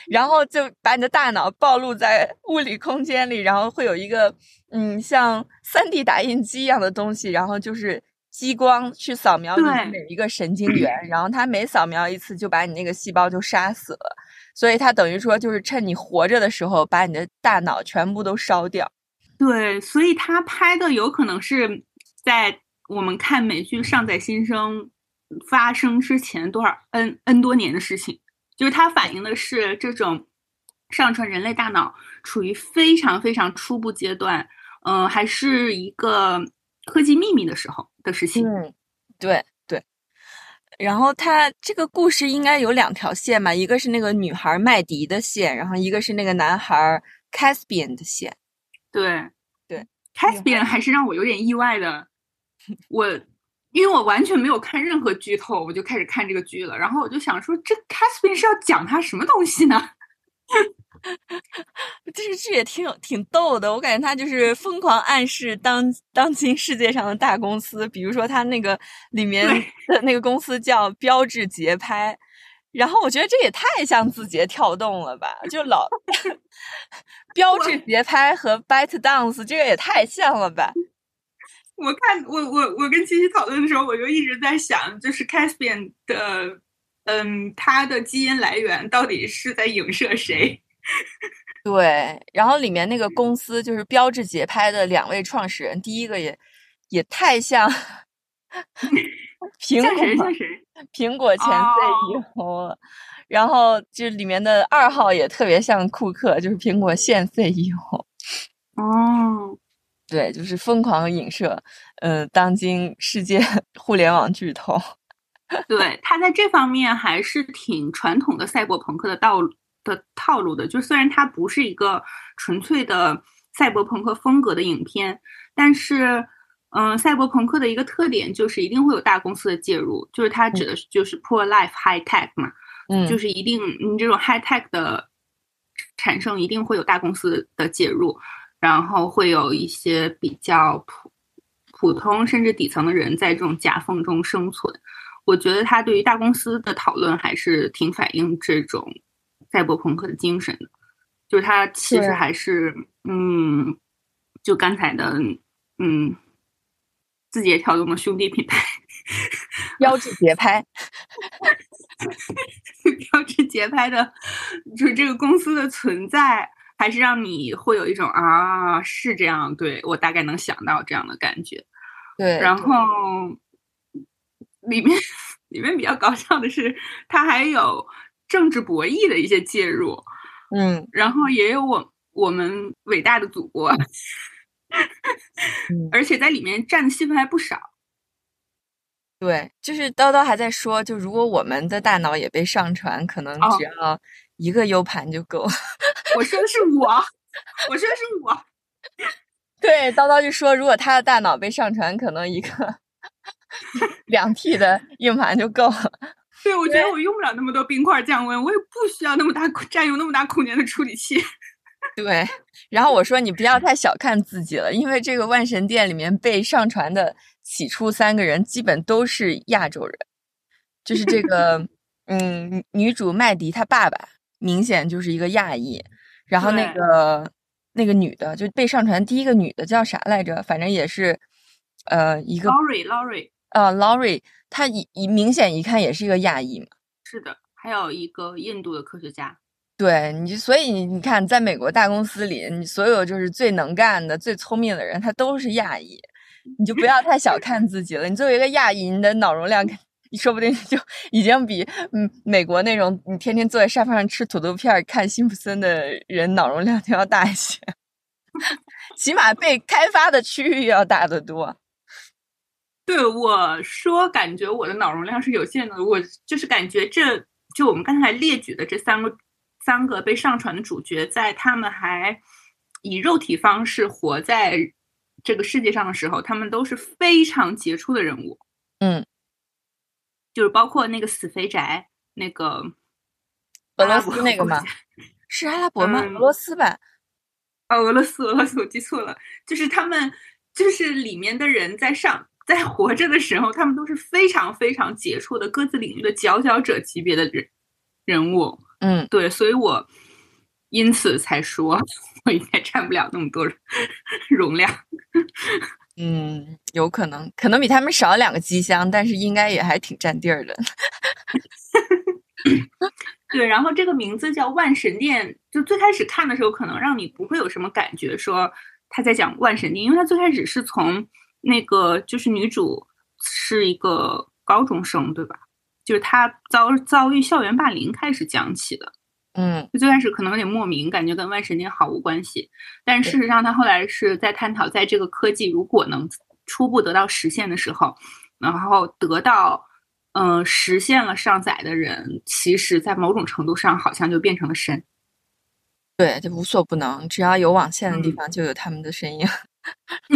然后就把你的大脑暴露在物理空间里，然后会有一个嗯像 三 D 打印机一样的东西，然后就是激光去扫描你每一个神经元，然后它每扫描一次就把你那个细胞就杀死了，所以它等于说就是趁你活着的时候把你的大脑全部都烧掉。 对，所以他拍的有可能是在我们看美剧《上载新生》发生之前多少 n n 多年的事情，就是它反映的是这种上传人类大脑处于非常非常初步阶段，嗯、呃，还是一个科技秘密的时候的事情。 嗯，对对。然后它这个故事应该有两条线嘛，一个是那个女孩麦迪的线，然后一个是那个男孩 Caspian 的线。 对对 ，Caspian 还是让我有点意外的。我因为我完全没有看任何剧透，我就开始看这个剧了。然后我就想说，这 Caspian 是要讲他什么东西呢？ 这个剧也挺有挺逗的，我感觉他就是疯狂暗示当当今世界上的大公司，比如说他那个里面的那个公司叫标致节拍。然后我觉得这也太像字节跳动了吧，就老标致节拍和 ByteDance 这个也太像了吧。 我看我我我跟七七讨论的时候，我就一直在想，就是 Caspian 的嗯，他的基因来源到底是在影射谁？ 对，然后里面那个公司就是标致节拍的两位创始人，第一个也也太像苹果， 像谁像谁？ 苹果前 C E O 了。Oh. 然后就里面的二号也特别像库克，就是苹果现 C E O。 哦， 对，就是疯狂影射，呃，当今世界互联网巨头。 对，他在这方面还是挺传统的赛博朋克的道路的套路的。就虽然它不是一个纯粹的赛博朋克风格的影片，但是。嗯，赛博朋克的一个特点就是一定会有大公司的介入，就是它指的是就是 poor life high tech 嘛， 嗯， 就是一定你这种 high tech 的产生一定会有大公司的介入，然后会有一些比较普普通甚至底层的人在这种夹缝中生存。我觉得他对于大公司的讨论还是挺反映这种赛博朋克的精神的，就是他其实还是嗯，就刚才的嗯。字节跳动的兄弟品牌标致节拍标致节拍的就是这个公司的存在还是让你会有一种啊是这样，对，我大概能想到这样的感觉。 对， 然后里面里面比较搞笑的是它还有政治博弈的一些介入， 嗯， 然后也有我我们伟大的祖国而且在里面占的戏份还不少。 对，就是叨叨还在说，就如果我们的大脑也被上传，可能只要一个 U 盘就够。 哦、我说的是我，我说的是我。 对，叨叨就说，如果他的大脑被上传，可能一个两 T 的硬盘就够了。 对，我觉得我用不了那么多冰块降温，我也不需要那么大占用那么大空间的处理器。 对，然后我说你不要太小看自己了，因为这个万神殿里面被上传的起初三个人基本都是亚洲人，就是这个嗯，女主麦迪她爸爸明显就是一个亚裔，然后那个那个女的就被上传第一个女的叫啥来着，反正也是呃一个 Laurie Laurie 呃 Laurie 她一一明显一看也是一个亚裔嘛。 是的，还有一个印度的科学家。 对你，所以你你看，在美国大公司里，你所有就是最能干的、最聪明的人，他都是亚裔，你就不要太小看自己了。你作为一个亚裔，你的脑容量，你说不定就已经比嗯美国那种你天天坐在沙发上吃土豆片看辛普森的人脑容量就要大一些，起码被开发的区域要大得多。 对，我说感觉我的脑容量是有限的，我就是感觉这就我们刚才列举的这三个。三个被上传的主角，在他们还以肉体方式活在这个世界上的时候，他们都是非常杰出的人物。 嗯， 就是包括那个死肥宅，那个俄罗斯那个吗？是阿拉伯吗？嗯、俄罗斯吧？ 哦，俄罗斯，俄罗斯，我记错了。就是他们，就是里面的人在上在活着的时候，他们都是非常非常杰出的各自领域的佼佼者级别的人人物。 嗯， 对，所以我因此才说我应该占不了那么多容量。 嗯，有可能，可能比他们少两个机箱，但是应该也还挺占地儿的。 对，然后这个名字叫万神殿，就最开始看的时候，可能让你不会有什么感觉，说他在讲万神殿，因为他最开始是从那个就是女主是一个高中生，对吧？就是她遭遭遇校园霸凌开始讲起的。 嗯， 就最开始可能有点莫名，感觉跟万神殿毫无关系，但是事实上，他后来是在探讨，在这个科技如果能初步得到实现的时候，然后得到。嗯、呃，实现了上载的人，其实在某种程度上好像就变成了神。 对，就无所不能，只要有网线的地方就有他们的身影。嗯、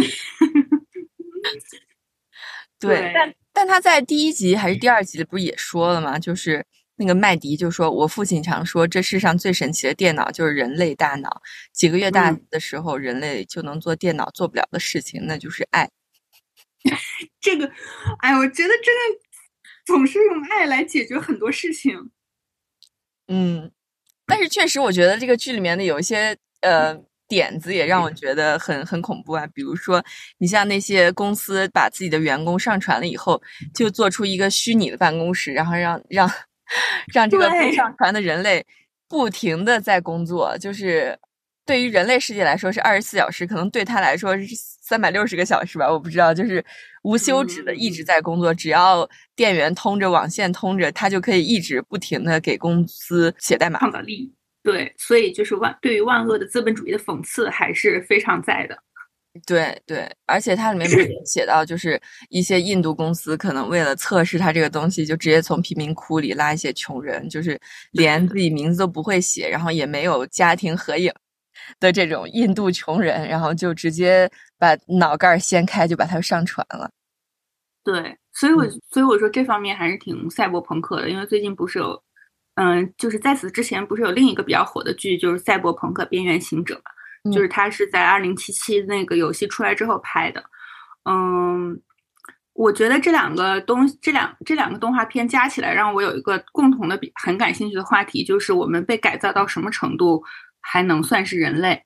对， 对但但他在第一集还是第二集不是也说了吗？就是那个麦迪就说，我父亲常说，这世上最神奇的电脑就是人类大脑。几个月大的时候，嗯、人类就能做电脑做不了的事情，那就是爱。 这个，哎，我觉得真的。总是用爱来解决很多事情， 嗯，但是确实，我觉得这个剧里面的有一些呃点子也让我觉得很很恐怖啊。比如说，你像那些公司把自己的员工上传了以后，就做出一个虚拟的办公室，然后让让让这个被上传的人类不停的在工作，就是对于人类世界来说是二十四小时，可能对他来说是三百六十个小时吧，我不知道，就是无休止的一直在工作，只要电源通着，网线通着，他就可以一直不停的给公司写代码， 创造力。对，所以就是万对于万恶的资本主义的讽刺还是非常在的。 对对，而且它里面不是写到，就是一些印度公司可能为了测试它这个东西，就直接从贫民窟里拉一些穷人，就是连自己名字都不会写，然后也没有家庭合影的这种印度穷人，然后就直接把脑盖掀开就把它上传了。 对，所以我、嗯、所以我说这方面还是挺赛博朋克的，因为最近不是有，嗯，就是在此之前不是有另一个比较火的剧，就是《赛博朋克：边缘行者》嘛。就是他是在二零七七那个游戏出来之后拍的，嗯，我觉得这两个东这两这两个动画片加起来，让我有一个共同的很感兴趣的话题，就是我们被改造到什么程度还能算是人类？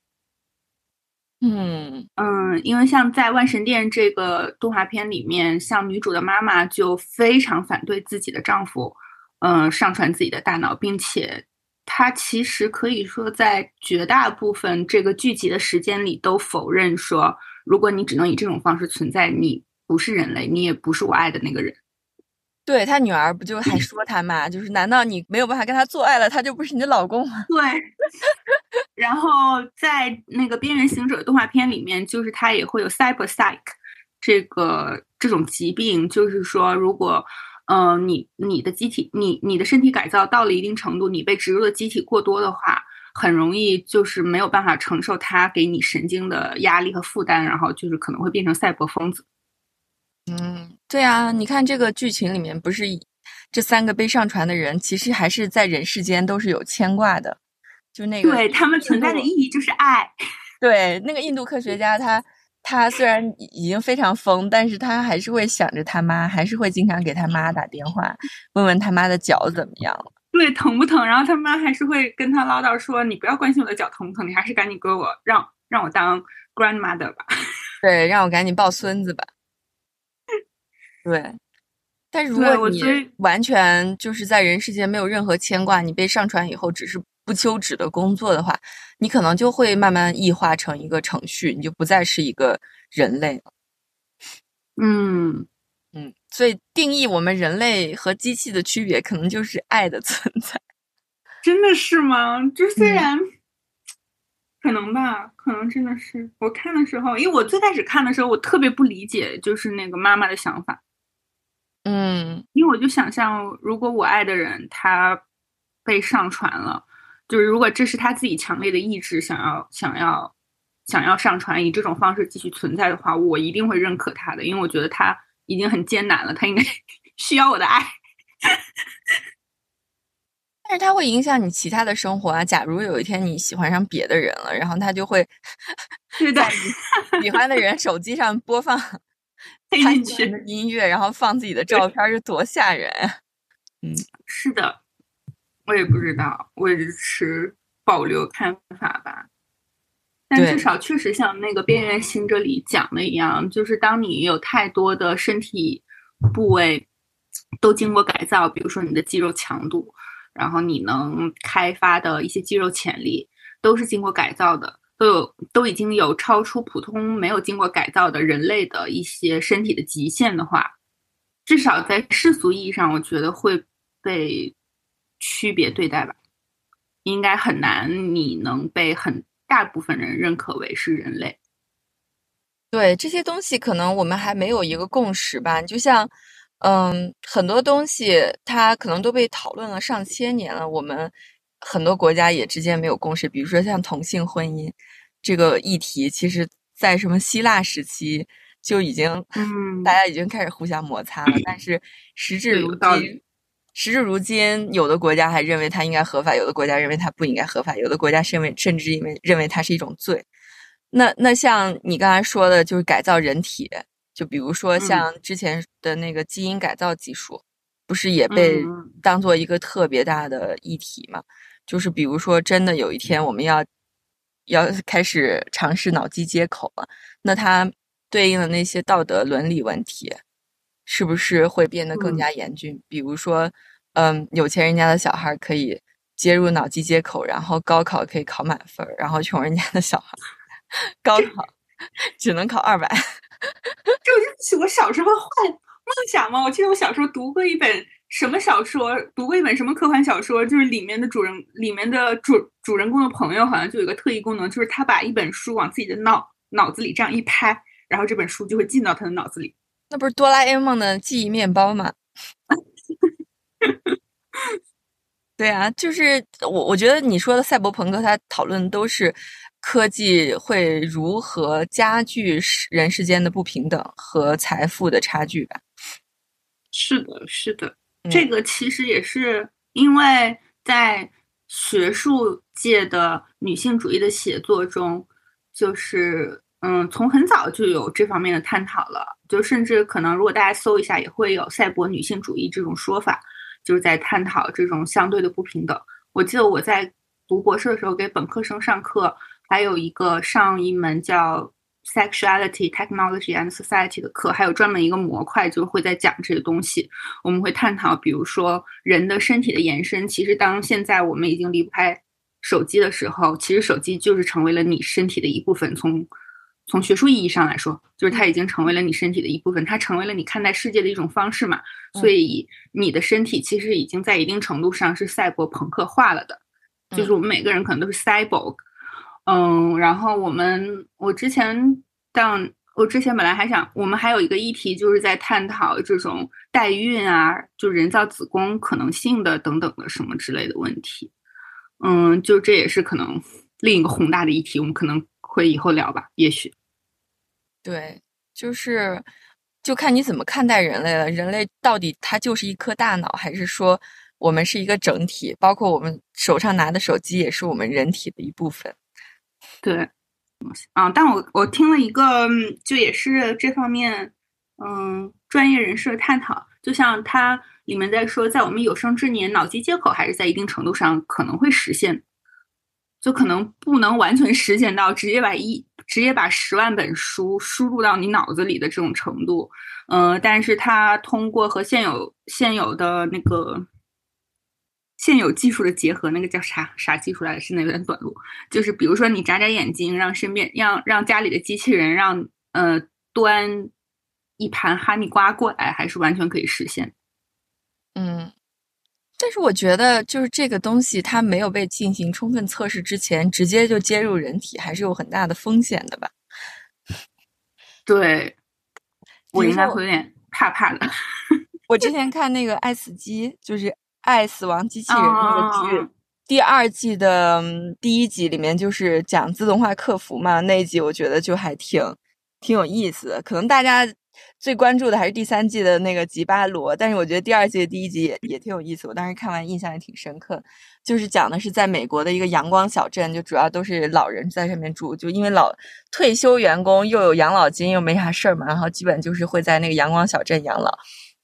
嗯嗯，因为像在《万神殿》这个动画片里面，像女主的妈妈就非常反对自己的丈夫，嗯，上传自己的大脑，并且。他其实可以说在绝大部分这个剧集的时间里都否认说，如果你只能以这种方式存在，你不是人类，你也不是我爱的那个人。 对，他女儿不就还说他嘛，就是难道你没有办法跟他做爱了，他就不是你的老公吗？ 对。然后在那个边缘行者动画片里面，就是他也会有 cyber psych 这个这种疾病，就是说如果嗯、呃，你你的机体，你你的身体改造到了一定程度，你被植入的机体过多的话，很容易就是没有办法承受它给你神经的压力和负担，然后就是可能会变成赛博疯子。 嗯，对啊，你看这个剧情里面，不是这三个被上传的人，其实还是在人世间都是有牵挂的，就那个对他们存在的意义就是爱。 对，那个印度科学家他。他虽然已经非常疯，但是他还是会想着他妈，还是会经常给他妈打电话，问问他妈的脚怎么样了， 对，疼不疼？然后他妈还是会跟他唠叨说：“你不要关心我的脚疼不疼，你还是赶紧给我让让我当 grandmother 吧。” 对，让我赶紧抱孙子吧。对，但是如果你完全就是在人世间没有任何牵挂，你被上传以后只是不休止的工作的话，你可能就会慢慢异化成一个程序，你就不再是一个人类了。 嗯嗯，所以定义我们人类和机器的区别，可能就是爱的存在。 真的是吗？就虽然、嗯、可能吧，可能真的是。我看的时候，因为我最开始看的时候，我特别不理解，就是那个妈妈的想法。 嗯， 因为我就想象，如果我爱的人他被上传了。就是如果这是他自己强烈的意志，想要想要想要上传，以这种方式继续存在的话，我一定会认可他的，因为我觉得他已经很艰难了，他应该需要我的爱。 但是他会影响你其他的生活啊。假如有一天你喜欢上别的人了，然后他就会在你喜欢的人手机上播放他喜欢的音乐，然后放自己的照片，是多吓人啊！嗯， 是的。 我也不知道，我也是持保留看法吧。但至少确实像那个《边缘行者》里讲的一样，就是当你有太多的身体部位都经过改造，比如说你的肌肉强度，然后你能开发的一些肌肉潜力，都是经过改造的，都有都已经有超出普通没有经过改造的人类的一些身体的极限的话，至少在世俗意义上，我觉得会被区别对待吧。应该很难你能被很大部分人认可为是人类。 对，这些东西可能我们还没有一个共识吧。就像嗯，很多东西它可能都被讨论了上千年了，我们很多国家也之间没有共识。比如说像同性婚姻这个议题，其实在什么希腊时期就已经、嗯、大家已经开始互相摩擦了，但是时至如今时至如今有的国家还认为它应该合法，有的国家认为它不应该合法，有的国家甚至甚至因为认为它是一种罪。那那像你刚才说的就是改造人体，就比如说像之前的那个基因改造技术、嗯、不是也被当做一个特别大的议题嘛、嗯、就是比如说真的有一天我们要要开始尝试脑机接口了，那它对应的那些道德伦理问题是不是会变得更加严峻、嗯、比如说嗯，有钱人家的小孩可以接入脑机接口，然后高考可以考满分，然后穷人家的小孩高考只能考二百。 这就是我小时候幻梦想嘛。我记得我小时候读过一本什么小说，读过一本什么科幻小说，就是里面的主人里面的主主人公的朋友好像就有一个特异功能，就是他把一本书往自己的脑脑子里这样一拍，然后这本书就会进到他的脑子里。 那不是哆啦 A 梦的记忆面包吗？对啊，就是我我觉得你说的赛博朋克，它讨论都是科技会如何加剧人世间的不平等和财富的差距吧。 是的，是的、嗯、这个其实也是因为在学术界的女性主义的写作中，就是嗯，从很早就有这方面的探讨了，就甚至可能如果大家搜一下也会有赛博女性主义这种说法，就是在探讨这种相对的不平等。我记得我在读博士的时候给本科生上课，还有一个上一门叫 Sexuality, Technology and Society 的课，还有专门一个模块就是会在讲这些东西。我们会探讨比如说人的身体的延伸，其实当现在我们已经离不开手机的时候，其实手机就是成为了你身体的一部分。从从学术意义上来说，就是它已经成为了你身体的一部分，它成为了你看待世界的一种方式嘛。所以你的身体其实已经在一定程度上是赛博朋克化了的，就是我们每个人可能都是 cyborg。嗯，然后我们我之前当我之前本来还想，我们还有一个议题就是在探讨这种代孕啊，就人造子宫可能性的等等的什么之类的问题。嗯，就这也是可能另一个宏大的议题，我们可能会以后聊吧，也许。 对，就是就看你怎么看待人类了。人类到底它就是一颗大脑，还是说我们是一个整体？包括我们手上拿的手机也是我们人体的一部分。 对，啊，但我我听了一个，就也是这方面，嗯，专业人士的探讨，就像它里面在说，在我们有生之年，脑机接口还是在一定程度上可能会实现，就可能不能完全实现到直接把一直接把十万本书输入到你脑子里的这种程度，嗯、呃，但是它通过和现有现有的那个。现有技术的结合，那个叫啥啥技术来的，是那段短路，就是比如说你眨眨眼睛，让身边让让家里的机器人让呃端一盘哈密瓜过来，还是完全可以实现。 嗯，但是我觉得就是这个东西它没有被进行充分测试之前，直接就接入人体，还是有很大的风险的吧？ 对，我应该会有点怕怕的。 我之前看那个《爱死机》，就是爱死亡机器人那个剧、oh. 第二季的、嗯、第一集里面就是讲自动化客服嘛，那一集我觉得就还挺挺有意思的。可能大家最关注的还是第三季的那个吉巴罗，但是我觉得第二季的第一集也也挺有意思，我当时看完印象也挺深刻。就是讲的是在美国的一个阳光小镇，就主要都是老人在上面住，就因为老退休员工又有养老金又没啥事儿嘛，然后基本就是会在那个阳光小镇养老。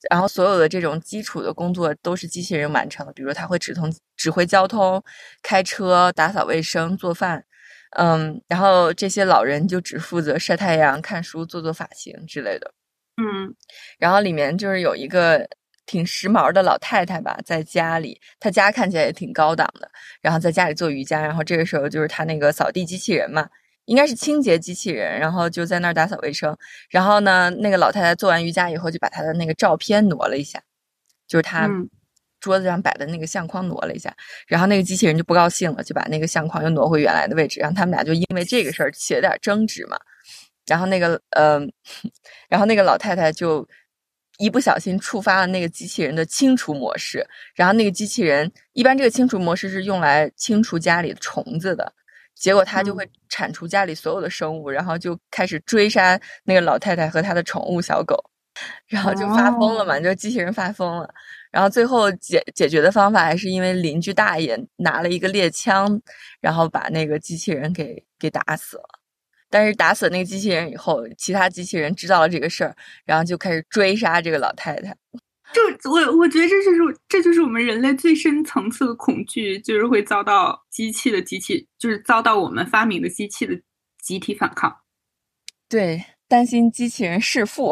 然后所有的这种基础的工作都是机器人完成的，比如它会指通指挥交通、开车、打扫卫生、做饭，嗯，然后这些老人就只负责晒太阳、看书、做做发型之类的。 嗯， 然后里面就是有一个挺时髦的老太太吧，在家里，她家看起来也挺高档的，然后在家里做瑜伽，然后这个时候就是她那个扫地机器人嘛，应该是清洁机器人，然后就在那儿打扫卫生。然后呢，那个老太太做完瑜伽以后，就把她的那个照片挪了一下，就是她桌子上摆的那个相框挪了一下，然后那个机器人就不高兴了，就把那个相框又挪回原来的位置，然后他们俩就因为这个事儿起了点争执嘛。然后那个呃，然后那个老太太就一不小心触发了那个机器人的清除模式，然后那个机器人一般这个清除模式是用来清除家里的虫子的，结果它就会铲除家里所有的生物，然后就开始追杀那个老太太和她的宠物小狗，然后就发疯了嘛，就机器人发疯了。然后最后解解决的方法还是因为邻居大爷拿了一个猎枪，然后把那个机器人给给打死了。但是打死那个机器人以后，其他机器人知道了这个事儿，然后就开始追杀这个老太太。 就我我觉得这就是这就是我们人类最深层次的恐惧，就是会遭到机器的机器，就是遭到我们发明的机器的集体反抗。 对，担心机器人弑父。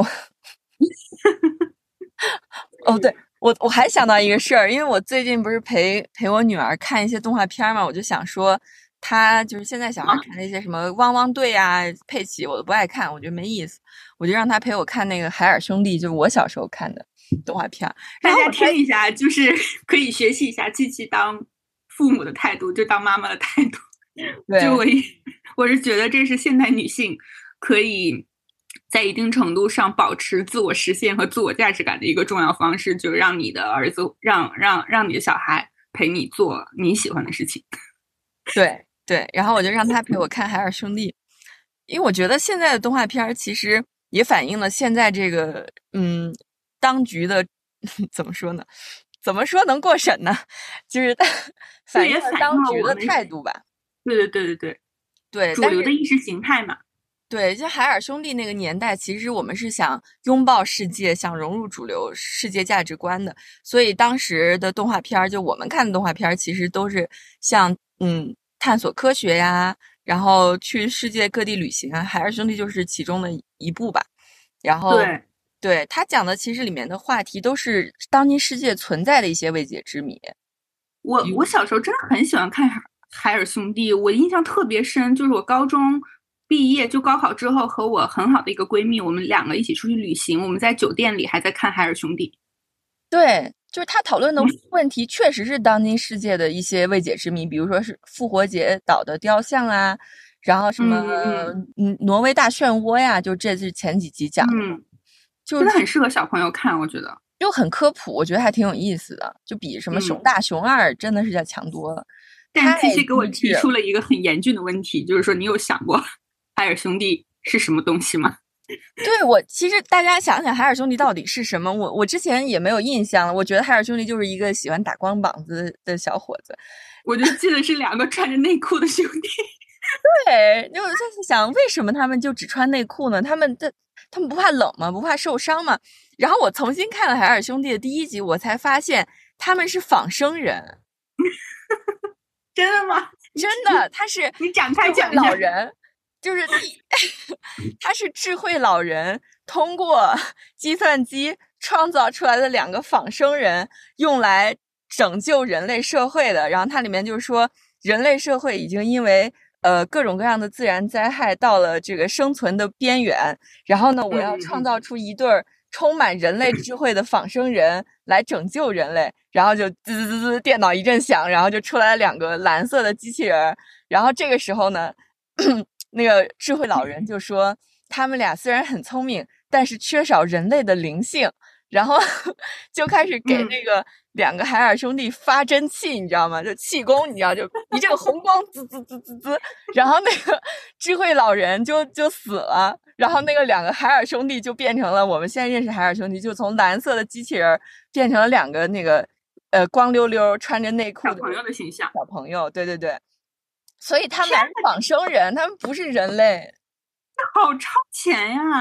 哦，对，我我还想到一个事儿，因为我最近不是陪陪我女儿看一些动画片嘛，我就想说。他就是现在小孩看那些什么汪汪队啊、佩奇，我都不爱看，我觉得没意思。我就让他陪我看那个海尔兄弟，就是我小时候看的动画片。 大家听一下，就是可以学习一下七七当父母的态度，就当妈妈的态度。就我我是觉得这是现代女性可以在一定程度上保持自我实现和自我价值感的一个重要方式，就是让你的儿子，让让让你的小孩陪你做你喜欢的事情。 对。对，然后我就让他陪我看海尔兄弟，因为我觉得现在的动画片其实也反映了现在这个嗯当局的怎么说呢？怎么说能过审呢？就是反映了当局的态度吧。 对对对对对对， 主流的意识形态嘛。 对，就海尔兄弟那个年代，其实我们是想拥抱世界，想融入主流世界价值观的，所以当时的动画片，就我们看的动画片，其实都是像嗯。探索科学呀，然后去世界各地旅行啊，海尔兄弟就是其中的一部吧。然后对， 对他讲的其实里面的话题都是当今世界存在的一些未解之谜。 我我小时候真的很喜欢看海尔兄弟，我印象特别深，就是我高中毕业就高考之后，和我很好的一个闺蜜，我们两个一起出去旅行，我们在酒店里还在看海尔兄弟。 对。就是他讨论的问题确实是当今世界的一些未解之谜，比如说是复活节岛的雕像啊，然后什么嗯挪威大漩涡呀，就这是前几集讲的， 嗯， 就真的很适合小朋友看，我觉得就很科普，我觉得还挺有意思的，就比什么熊大、嗯、熊二真的是要强多了。 但七七给我提出了一个很严峻的问题，就是说你有想过海尔兄弟是什么东西吗？ 对，我其实大家想想海尔兄弟到底是什么，我我之前也没有印象了。我觉得海尔兄弟就是一个喜欢打光膀子的小伙子， 我就记得是两个穿着内裤的兄弟。 对，因为我在想为什么他们就只穿内裤呢？他们的他们不怕冷吗？不怕受伤吗？然后我重新看了海尔兄弟的第一集，我才发现他们是仿生人。 真的吗？ 真的，他是你展开讲一下。 老人。就是他是智慧老人通过计算机创造出来的两个仿生人，用来拯救人类社会的。然后它里面就是说，人类社会已经因为呃各种各样的自然灾害到了这个生存的边缘，然后呢，我要创造出一对充满人类智慧的仿生人来拯救人类。然后就滋滋滋滋，电脑一阵响，然后就出来了两个蓝色的机器人。然后这个时候呢。那个智慧老人就说，他们俩虽然很聪明，但是缺少人类的灵性，然后就开始给那个两个海尔兄弟发真气，你知道吗？就气功，你知道，就一阵红光，滋滋滋滋滋，然后那个智慧老人就就死了，然后那个两个海尔兄弟就变成了我们现在认识海尔兄弟，就从蓝色的机器人变成了两个那个呃光溜溜穿着内裤的小朋友的形象， 小朋友，对对对。所以他们俩是仿生人，他们不是人类， 好超前呀！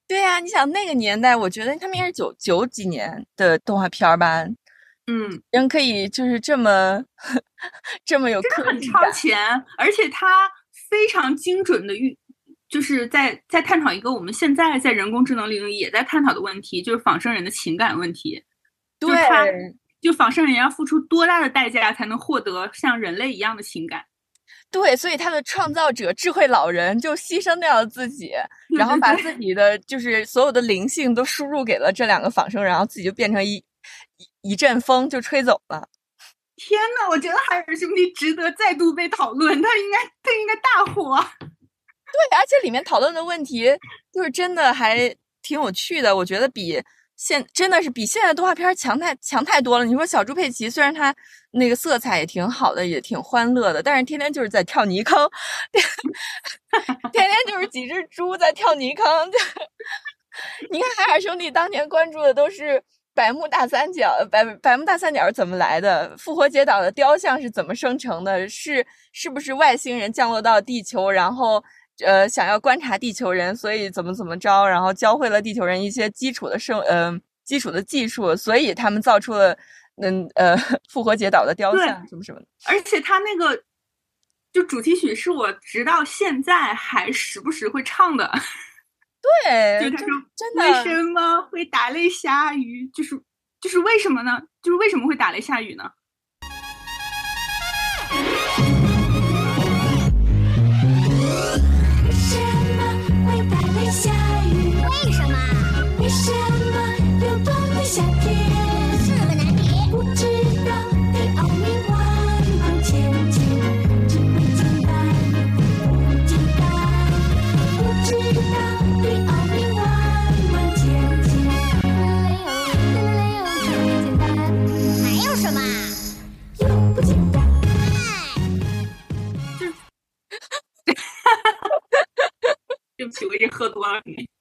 对呀、啊，你想那个年代，我觉得他们应该是九九几年的动画片吧。 嗯， 人可以就是这么这么有真的很超前，而且它非常精准的预，就是在在探讨一个我们现在在人工智能领域也在探讨的问题，就是仿生人的情感问题。 对， 就他就仿生人要付出多大的代价才能获得像人类一样的情感？ 对，所以他的创造者智慧老人就牺牲掉了自己，然后把自己的就是所有的灵性都输入给了这两个仿生人，然后自己就变成一一一阵风就吹走了。 天哪，我觉得海尔兄弟值得再度被讨论，他应该他应该大火。 对，而且里面讨论的问题就是真的还挺有趣的，我觉得比现真的是比现在动画片强太强太多了。你说小猪佩奇虽然它那个色彩也挺好的，也挺欢乐的，但是天天就是在跳泥坑，天天就是几只猪在跳泥坑。你看海尔兄弟当年关注的都是百慕大三角，百百慕大三角是怎么来的？复活节岛的雕像是怎么生成的？是是不是外星人降落到地球，然后呃想要观察地球人，所以怎么怎么着，然后教会了地球人一些基础的生呃基础的技术，所以他们造出了嗯呃复活节岛的雕像什么什么的。 而且他那个就主题曲是我直到现在还时不时会唱的。 对， 就他说真的为什么会打雷下雨，就是就是为什么呢？就是为什么会打雷下雨呢？ 为什么会打雷下雨？ 为什么？ 为什么有多个夏天？ 是个难题。 不知道对奥秘万万千千，只会简单不简单。不知道对奥秘万万千千， 没有，没有，特别简单。还有什么？ 又不简单。 对不起，我已经喝多了。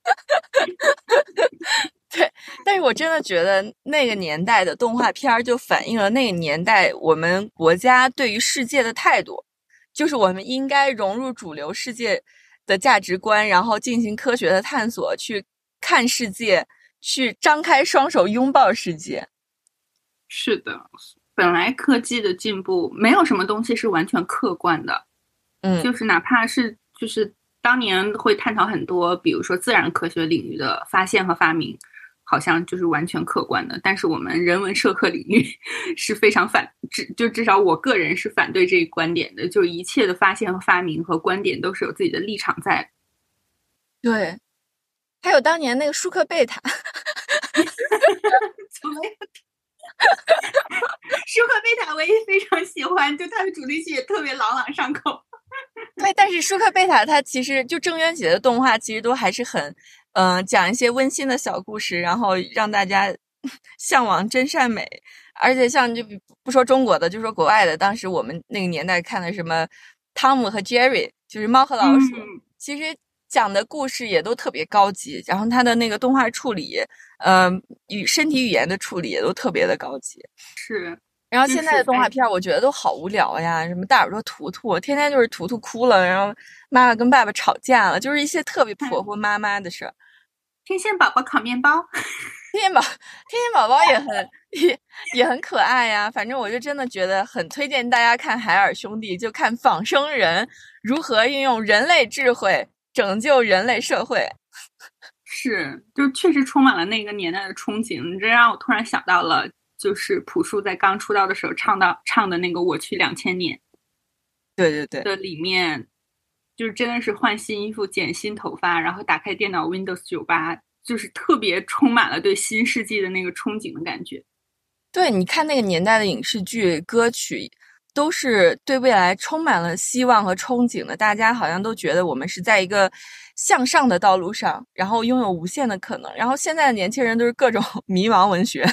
对，但是我真的觉得那个年代的动画片就反映了那个年代我们国家对于世界的态度，就是我们应该融入主流世界的价值观，然后进行科学的探索，去看世界，去张开双手拥抱世界。 是的，本来科技的进步没有什么东西是完全客观的， 嗯， 就是哪怕是就是当年会探讨很多，比如说自然科学领域的发现和发明，好像就是完全客观的，但是我们人文社科领域是非常反，至就至少我个人是反对这一观点的，就是一切的发现和发明和观点都是有自己的立场在。 对，还有当年那个舒克贝塔。 怎么样？舒克贝塔我也非常喜欢，就它的主题曲也特别朗朗上口。 对，但是舒克贝塔它其实就郑渊洁的动画其实都还是很嗯、呃、讲一些温馨的小故事，然后让大家向往真善美。而且像就不说中国的，就说国外的，当时我们那个年代看的什么汤姆和杰瑞，就是猫和老鼠、嗯、其实讲的故事也都特别高级，然后它的那个动画处理呃语身体语言的处理也都特别的高级。 是， 然后现在的动画片我觉得都好无聊呀，什么大耳朵图图，天天就是图图哭了，然后妈妈跟爸爸吵架了，就是一些特别婆婆妈妈的事儿。 天线宝宝烤面包， 天线宝天线宝宝也很也也很可爱呀。反正我就真的觉得很推荐大家看海尔兄弟，就看仿生人如何运用人类智慧拯救人类社会。 是，就确实充满了那个年代的憧憬。这让我突然想到了，就是朴树在刚出道的时候唱到唱的那个《我去两千年》。 对对对， 的里面，就是真的是换新衣服、剪新头发，然后打开电脑 Windows 九八，就是特别充满了对新世纪的那个憧憬的感觉。 对，你看那个年代的影视剧、歌曲，都是对未来充满了希望和憧憬的。大家好像都觉得我们是在一个向上的道路上，然后拥有无限的可能。然后现在的年轻人都是各种迷茫文学，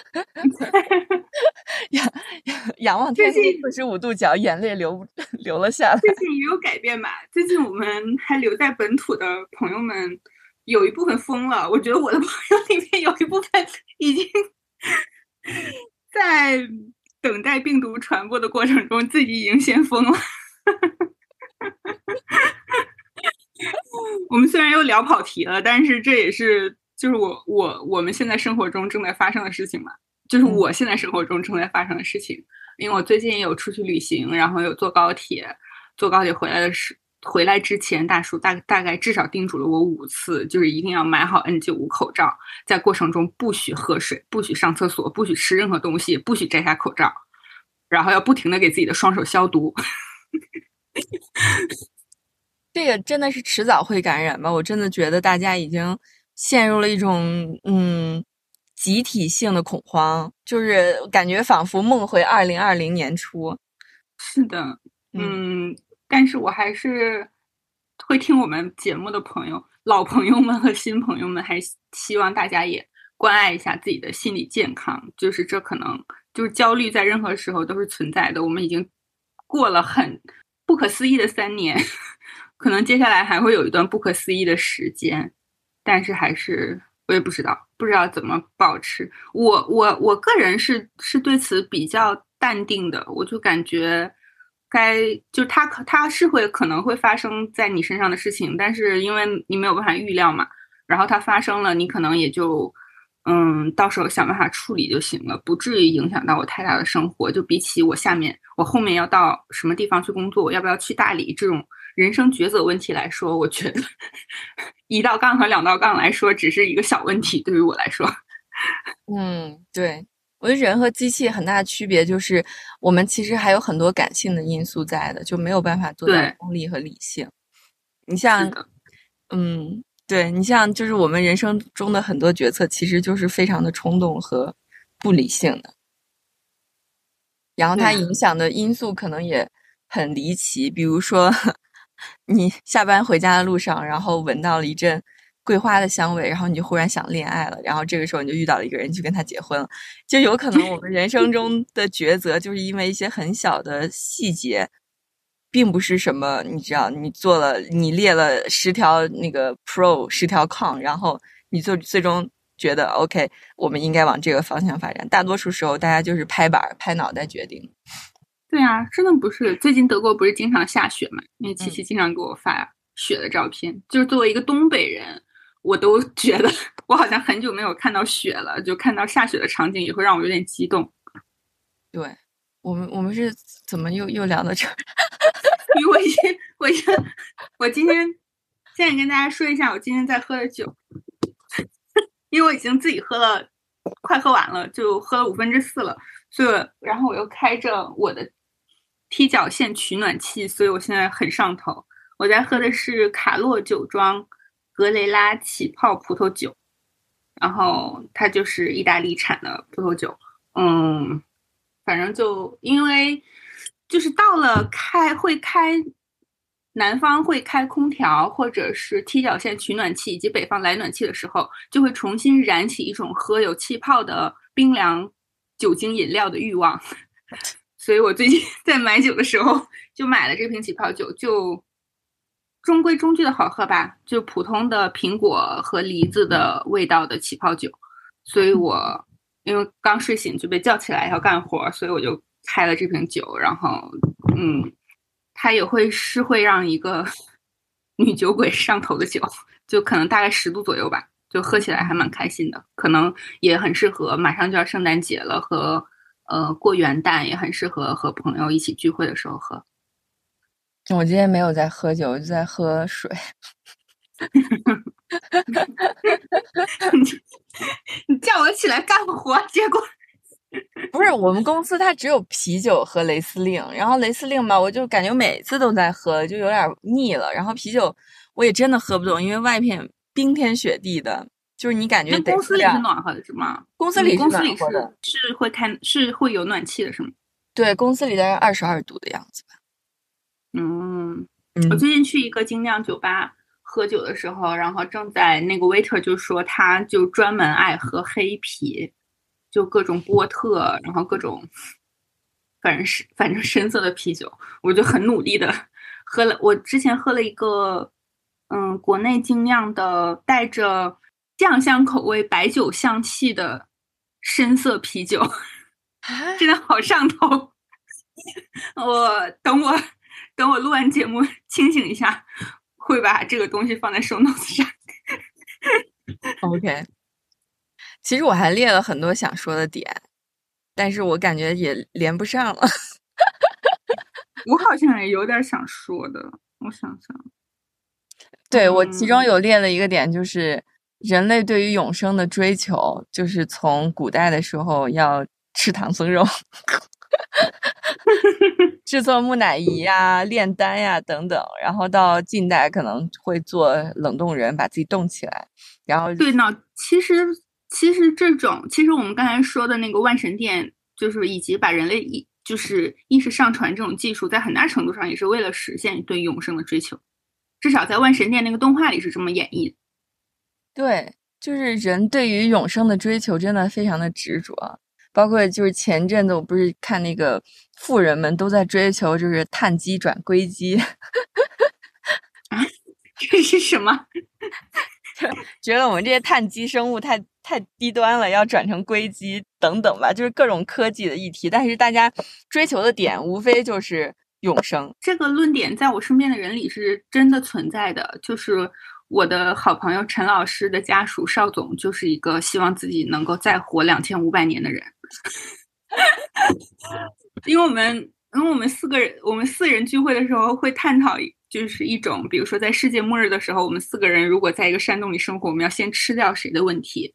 仰仰望天空四十五度角，眼泪流流了下来。 最近也有改变吧？最近我们还留在本土的朋友们，有一部分疯了。我觉得我的朋友里面有一部分已经在等待病毒传播的过程中，自己已经先疯了。 我们虽然又聊跑题了，但是这也是就是我我我们现在生活中正在发生的事情嘛，就是我现在生活中正在发生的事情。因为我最近也有出去旅行，然后有坐高铁，坐高铁回来的时回来之前，大叔大大概至少叮嘱了我五次，就是一定要买好 N 九五 口罩，在过程中不许喝水，不许上厕所，不许吃任何东西，不许摘下口罩，然后要不停的给自己的双手消毒。 这个真的是迟早会感染吧？我真的觉得大家已经陷入了一种嗯集体性的恐慌，就是感觉仿佛梦回二零二零年初。 是的，嗯，但是我还是会听我们节目的朋友、老朋友们和新朋友们，还希望大家也关爱一下自己的心理健康。就是这可能就是焦虑，在任何时候都是存在的。我们已经过了很不可思议的三年，可能接下来还会有一段不可思议的时间，但是还是我也不知道，不知道怎么保持。我我我个人是是对此比较淡定的，我就感觉该就它可它是会可能会发生在你身上的事情，但是因为你没有办法预料嘛，然后它发生了，你可能也就嗯到时候想办法处理就行了，不至于影响到我太大的生活。就比起我下面我后面要到什么地方去工作，我要不要去大理这种人生抉择问题来说，我觉得一道杠和两道杠来说只是一个小问题，对于我来说。 嗯，对，我觉得人和机器很大的区别就是我们其实还有很多感性的因素在的，就没有办法做到功利和理性。你像嗯对，你像就是我们人生中的很多决策其实就是非常的冲动和不理性的，然后它影响的因素可能也很离奇，比如说你下班回家的路上，然后闻到了一阵桂花的香味，然后你就忽然想恋爱了，然后这个时候你就遇到了一个人，去跟他结婚了。就有可能我们人生中的抉择就是因为一些很小的细节，并不是什么你知道你做了你列了十条那个 pro 十条 con， 然后你就最终觉得 OK 我们应该往这个方向发展。大多数时候大家就是拍板拍脑袋决定。 对啊，真的不是。最近德国不是经常下雪嘛？因为七七经常给我发雪的照片，嗯、就是作为一个东北人，我都觉得我好像很久没有看到雪了，就看到下雪的场景也会让我有点激动。 对，我们我们是怎么又又聊到这儿？ 因为我已经，我已经，我今天现在跟大家说一下，我今天在喝的酒，因为我已经自己喝了，快喝完了，就喝了五分之四了，所以然后我又开着我的踢脚线取暖器，所以我现在很上头。我在喝的是卡洛酒庄格雷拉起泡葡萄酒，然后它就是意大利产的葡萄酒。嗯，反正就因为就是到了开会开南方会开空调或者是踢脚线取暖器以及北方来暖气的时候，就会重新燃起一种喝有气泡的冰凉酒精饮料的欲望。所以我最近在买酒的时候就买了这瓶起泡酒，就中规中矩的好喝吧，就普通的苹果和梨子的味道的起泡酒。所以我因为刚睡醒就被叫起来要干活，所以我就开了这瓶酒，然后嗯，它也会是会让一个女酒鬼上头的酒，就可能大概十度左右吧，就喝起来还蛮开心的，可能也很适合马上就要圣诞节了和呃过元旦，也很适合和朋友一起聚会的时候喝。 我今天没有在喝酒，我就在喝水。 你叫我起来干活，结果不是我们公司它只有啤酒和雷司令，然后雷司令吧，我就感觉每次都在喝，就有点腻了。然后啤酒我也真的喝不动，因为外面冰天雪地的，就是你感觉得公司里是暖和的是吗？ 公司里公司里是是会开是会有暖气的是吗？ 对，公司里大概二十二度的样子吧。 嗯，我最近去一个精酿酒吧喝酒的时候，然后正在那个 waiter 就说他就专门爱喝黑啤，就各种波特，然后各种反正是反正深色的啤酒，我就很努力的喝了。我之前喝了一个嗯国内精酿的带着酱香口味白酒香气的深色啤酒，真的好上头。我等我等我录完节目清醒一下， 会把这个东西放在 show notes 上。 OK， 其实我还列了很多想说的点，但是我感觉也连不上了。 我好像也有点想说的，我想想， 对，我其中嗯有列了一个点，就是人类对于永生的追求，就是从古代的时候要吃唐僧肉，制作木乃伊呀、炼丹呀等等，然后到近代可能会做冷冻人，把自己冻起来，然后对呢，其实其实这种，其实我们刚才说的那个万神殿，就是以及把人类意就是意识上传这种技术，在很大程度上也是为了实现对永生的追求，至少在万神殿那个动画里是这么演绎的。 对，就是人对于永生的追求真的非常的执着，包括就是前阵子我不是看那个富人们都在追求就是碳基转硅基， 这是什么？ 觉得我们这些碳基生物太太低端了，要转成硅基等等吧，就是各种科技的议题，但是大家追求的点无非就是永生。 这个论点在我身边的人里是真的存在的，就是我的好朋友陈老师的家属邵总，就是一个希望自己能够再活两千五百年的人。因为我们因为我们四个人，我们四人聚会的时候会探讨，就是一种，比如说在世界末日的时候，我们四个人如果在一个山洞里生活，我们要先吃掉谁的问题。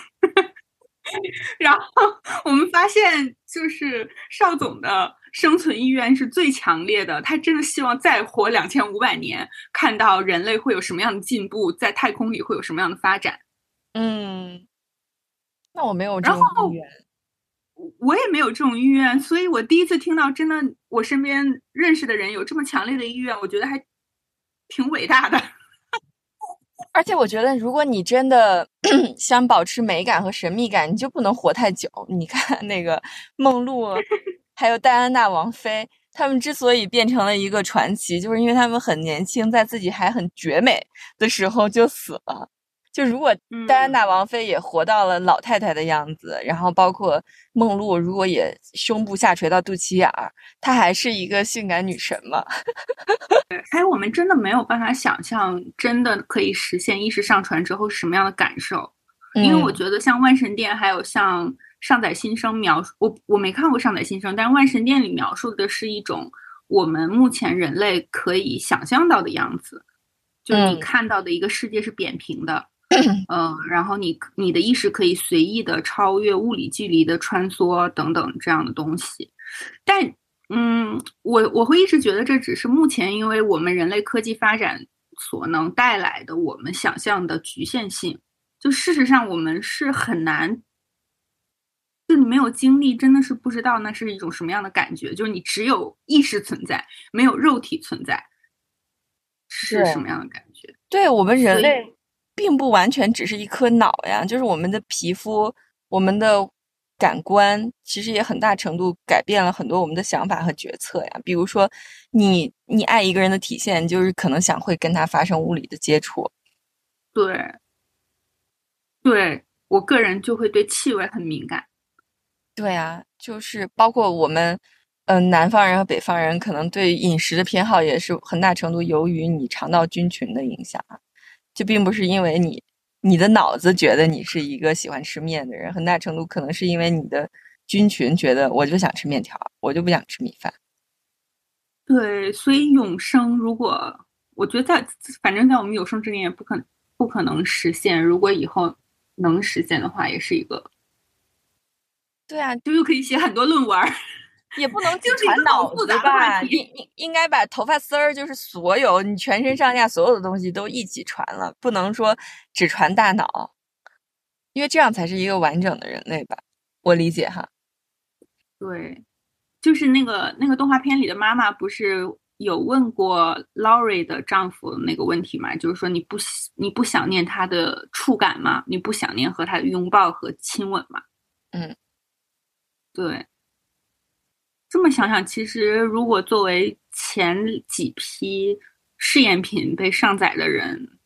然后我们发现，就是邵总的生存意愿是最强烈的，他真的希望再活两千五百年，看到人类会有什么样的进步，在太空里会有什么样的发展。 嗯，那我没有这种意愿。 我也没有这种意愿，所以我第一次听到真的我身边认识的人有这么强烈的意愿，我觉得还挺伟大的。 而且我觉得，如果你真的想保持美感和神秘感，你就不能活太久。你看那个梦露，还有戴安娜王妃，他们之所以变成了一个传奇，就是因为他们很年轻，在自己还很绝美的时候就死了。就如果戴安娜王妃也活到了老太太的样子，嗯、然后包括梦露，如果也胸部下垂到肚脐眼儿，她还是一个性感女神嘛？ 还有我们真的没有办法想象，真的可以实现意识上传之后是什么样的感受。嗯、因为我觉得像万神殿，还有像上载新生描述，我我没看过上载新生，但是万神殿里描述的是一种我们目前人类可以想象到的样子，就是你看到的一个世界是扁平的。嗯、呃，然后你你的意识可以随意的超越物理距离的穿梭等等这样的东西，但嗯，我我会一直觉得这只是目前因为我们人类科技发展所能带来的我们想象的局限性，就事实上我们是很难，就你没有经历，真的是不知道那是一种什么样的感觉，就是你只有意识存在，没有肉体存在，是什么样的感觉？ 对，我们人类并不完全只是一颗脑呀，就是我们的皮肤，我们的感官，其实也很大程度改变了很多我们的想法和决策呀。比如说，你你爱一个人的体现，就是可能想会跟他发生物理的接触。 对，对我个人就会对气味很敏感。 对啊，就是包括我们，嗯、呃，南方人和北方人可能对饮食的偏好也是很大程度由于你肠道菌群的影响。就并不是因为你你的脑子觉得你是一个喜欢吃面的人，很大程度可能是因为你的菌群觉得我就想吃面条，我就不想吃米饭。 对，所以永生，如果我觉得在反正在我们有生之年也不可不可能实现，如果以后能实现的话，也是一个， 对啊， 就又可以写很多论文。 也不能只传脑子吧，应应应该把头发丝儿，就是所有你全身上下所有的东西都一起传了，不能说只传大脑，因为这样才是一个完整的人类吧，我理解哈。 对，就是那个那个动画片里的妈妈不是有问过 Laurie 的丈夫那个问题吗？就是说你不你不想念他的触感吗？你不想念和他的拥抱和亲吻吗？ 嗯， 对。这么想想，其实如果作为前几批试验品被上载的人，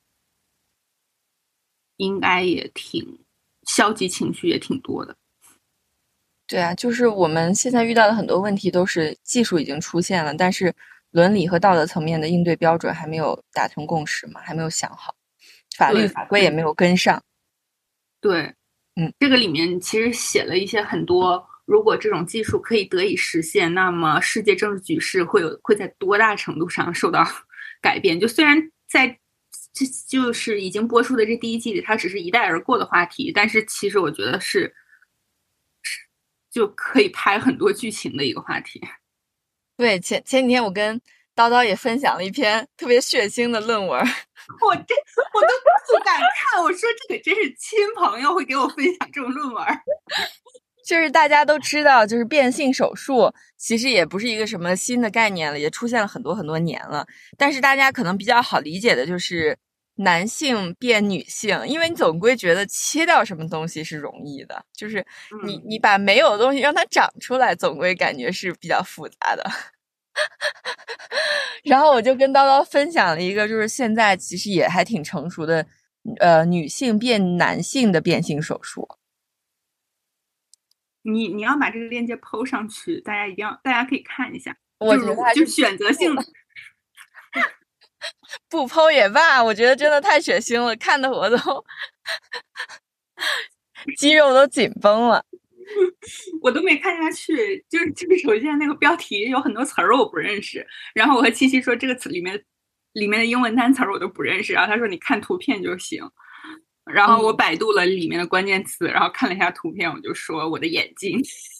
应该也挺消极情绪也挺多的。 对啊，就是我们现在遇到的很多问题都是技术已经出现了，但是伦理和道德层面的应对标准还没有达成共识嘛，还没有想好，法律对法规也没有跟上。 对， 嗯， 这个里面其实写了一些很多，如果这种技术可以得以实现，那么世界政治局势会有会在多大程度上受到改变？就虽然在这就是已经播出的这第一季里，它只是一带而过的话题，但是其实我觉得是是就可以拍很多剧情的一个话题。 对，前前几天我跟叨叨也分享了一篇特别血腥的论文。 我这我都不敢看，我说这可真是亲朋友会给我分享这种论文。 就是大家都知道，就是变性手术其实也不是一个什么新的概念了，也出现了很多很多年了。但是大家可能比较好理解的就是男性变女性，因为你总归觉得切掉什么东西是容易的，就是你你把没有的东西让它长出来，总归感觉是比较复杂的。然后我就跟叨叨分享了一个，就是现在其实也还挺成熟的，呃，女性变男性的变性手术。 你你要把这个链接 po 上去，大家一定要，大家可以看一下。 我觉得还就是就选择性的， 不 po 也罢，我觉得真的太血腥了，看得我都肌肉都紧绷了。 我都没看下去。就是就是首先那个标题有很多词儿我不认识，然后我和七七说这个词里面里面的英文单词儿我都不认识，然后他说你看图片就行。然后我百度了里面的关键词，然后看了一下图片，我就说我的眼睛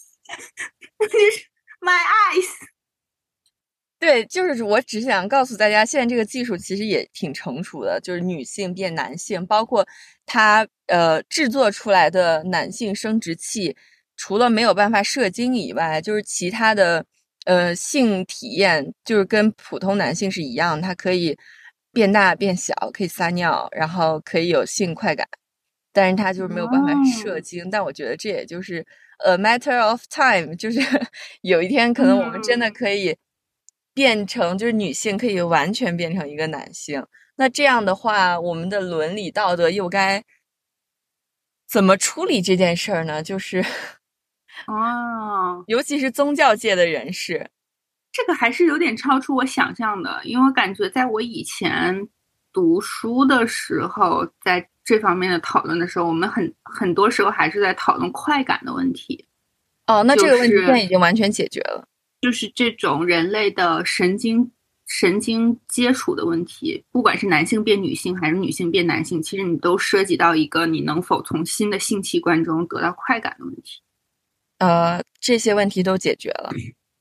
，my eyes。 对，就是我只想告诉大家，现在这个技术其实也挺成熟的，就是女性变男性，包括它呃制作出来的男性生殖器，除了没有办法射精以外，就是其他的呃性体验就是跟普通男性是一样，它可以变大变小，可以撒尿，然后可以有性快感，但是它就是没有办法射精。哦、但我觉得这也就是 a matter of time， 就是有一天可能我们真的可以变成，就是女性可以完全变成一个男性。那这样的话，我们的伦理道德又该怎么处理这件事儿呢？就是哦， 尤其是宗教界的人士。 这个还是有点超出我想象的，因为我感觉在我以前读书的时候，在这方面的讨论的时候，我们很很多时候还是在讨论快感的问题。 哦，那这个问题就是现在已经完全解决了。 就是这种人类的神经神经接触的问题，不管是男性变女性还是女性变男性，其实你都涉及到一个你能否从新的性器官中得到快感的问题。 呃，这些问题都解决了。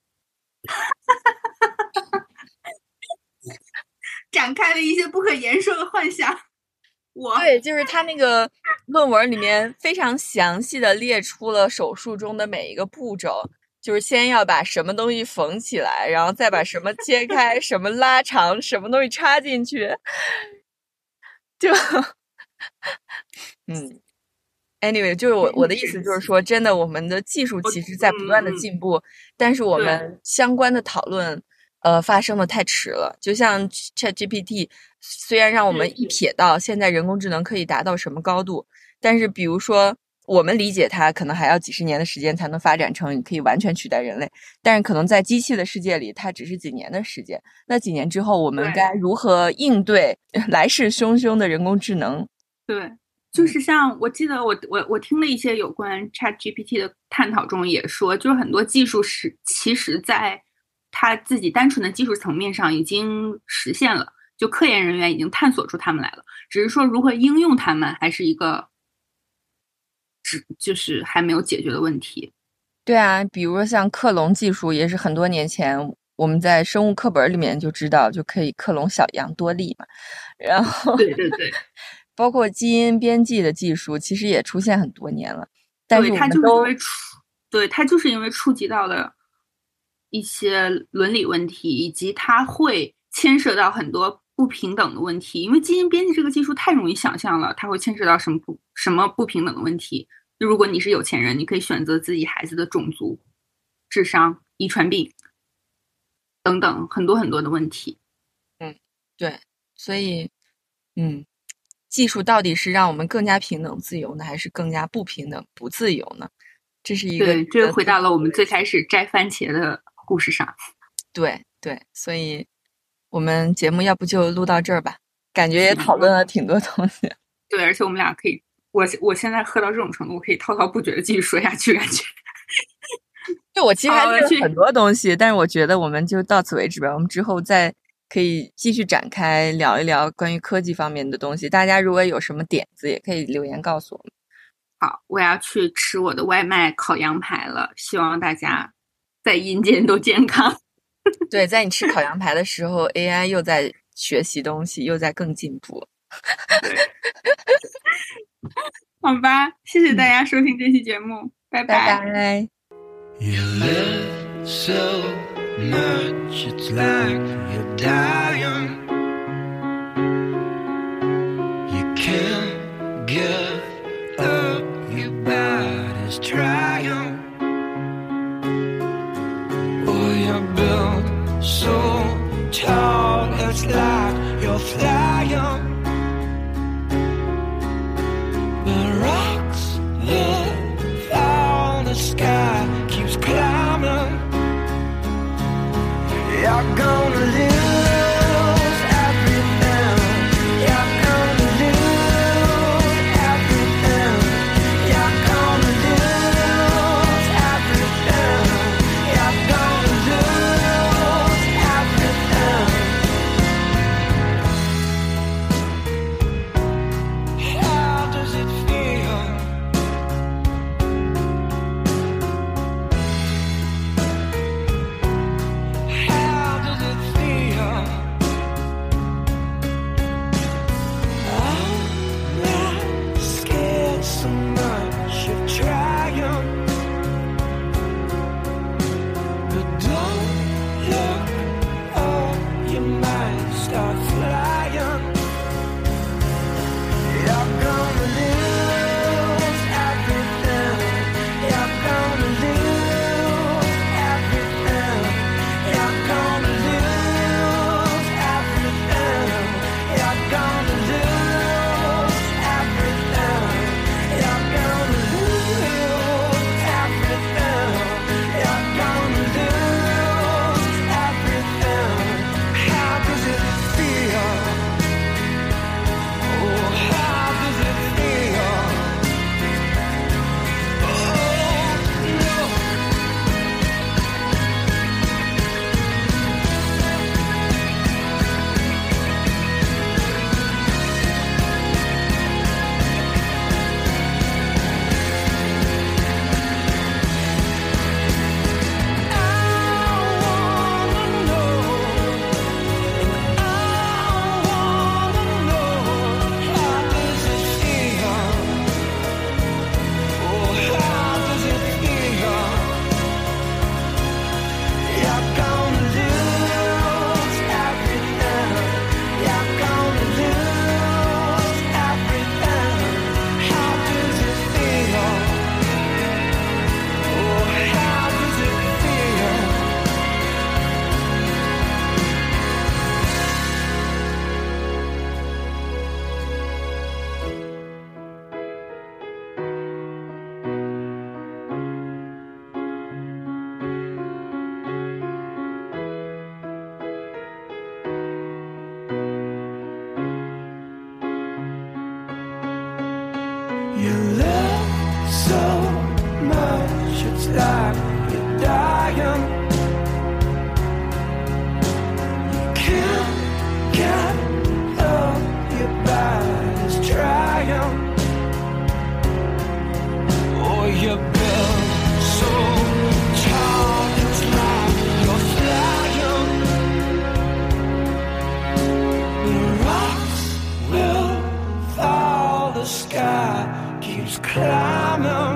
展开了一些不可言说的幻想。我对，就是他那个论文里面非常详细的列出了手术中的每一个步骤，就是先要把什么东西缝起来，然后再把什么切开，什么拉长，什么东西插进去，就嗯 ，anyway， 就是我我的意思就是说，真的，我们的技术其实在不断的进步，嗯、但是我们相关的讨论。呃，发生的太迟了。就像 ChatGPT， 虽然让我们一瞥到现在人工智能可以达到什么高度，但是比如说我们理解它，可能还要几十年的时间才能发展成可以完全取代人类。但是可能在机器的世界里，它只是几年的时间。那几年之后，我们该如何应对来势汹汹的人工智能？ 对，就是像我记得我我我听了一些有关 ChatGPT 的探讨中也说，就是很多技术是其实在他自己单纯的技术层面上已经实现了，就科研人员已经探索出他们来了，只是说如何应用他们还是一个只就是还没有解决的问题。 对啊，比如说像克隆技术也是很多年前我们在生物课本里面就知道就可以克隆小羊多利嘛，然后对对对， 包括基因编辑的技术其实也出现很多年了，但是我们都对它就是因为触对它就是因为触及到了一些伦理问题，以及它会牵涉到很多不平等的问题。因为基因编辑这个技术太容易想象了，它会牵涉到什么不什么不平等的问题。就如果你是有钱人，你可以选择自己孩子的种族、智商、遗传病等等很多很多的问题。 嗯，对，所以，嗯，技术到底是让我们更加平等自由呢，还是更加不平等不自由呢？这是一个对，这回到了我们最开始摘番茄的故事上。 对对，所以我们节目要不就录到这儿吧，感觉也讨论了挺多东西。 对，而且我们俩可以，我我现在喝到这种程度，我可以滔滔不绝的继续说下去，感觉。 就我其实还有很多东西，但是我觉得我们就到此为止吧。我们之后再可以继续展开聊一聊关于科技方面的东西。大家如果有什么点子，也可以留言告诉我们。 好，我要去吃我的外卖烤羊排了，希望大家在阴间都健康。 对，在你吃烤羊排的时候 ，A I 又在学习东西，又在更进步。 好吧，谢谢大家收听这期节目，拜拜拜。 You live so much, it's like you're dying. You can't give up, your body's trying. Oh, you're built so tall, it's like you're flying. The rocks that fall, the sky keeps climbing. You're gonna lose everything. You're gonna lose everything. You're gonna lose everything. You're gonna lose everything. How does it feel? How does it feel? I'm not scared so much of trying, but don't look up, you might start flying. You're gonna lose everything. You're gonna lose everything. You're gonna lose everything. You're gonna lose everything. You're gonna lose everything. You're gonna lose everything. How does it feel? Oh, how does it feel? Oh, no. You love so much, it's like you're dying. You can't get up, your body's trying. Oh, you're built so tall, it's like you're flying. The rocks will fall, the sky keeps climbing.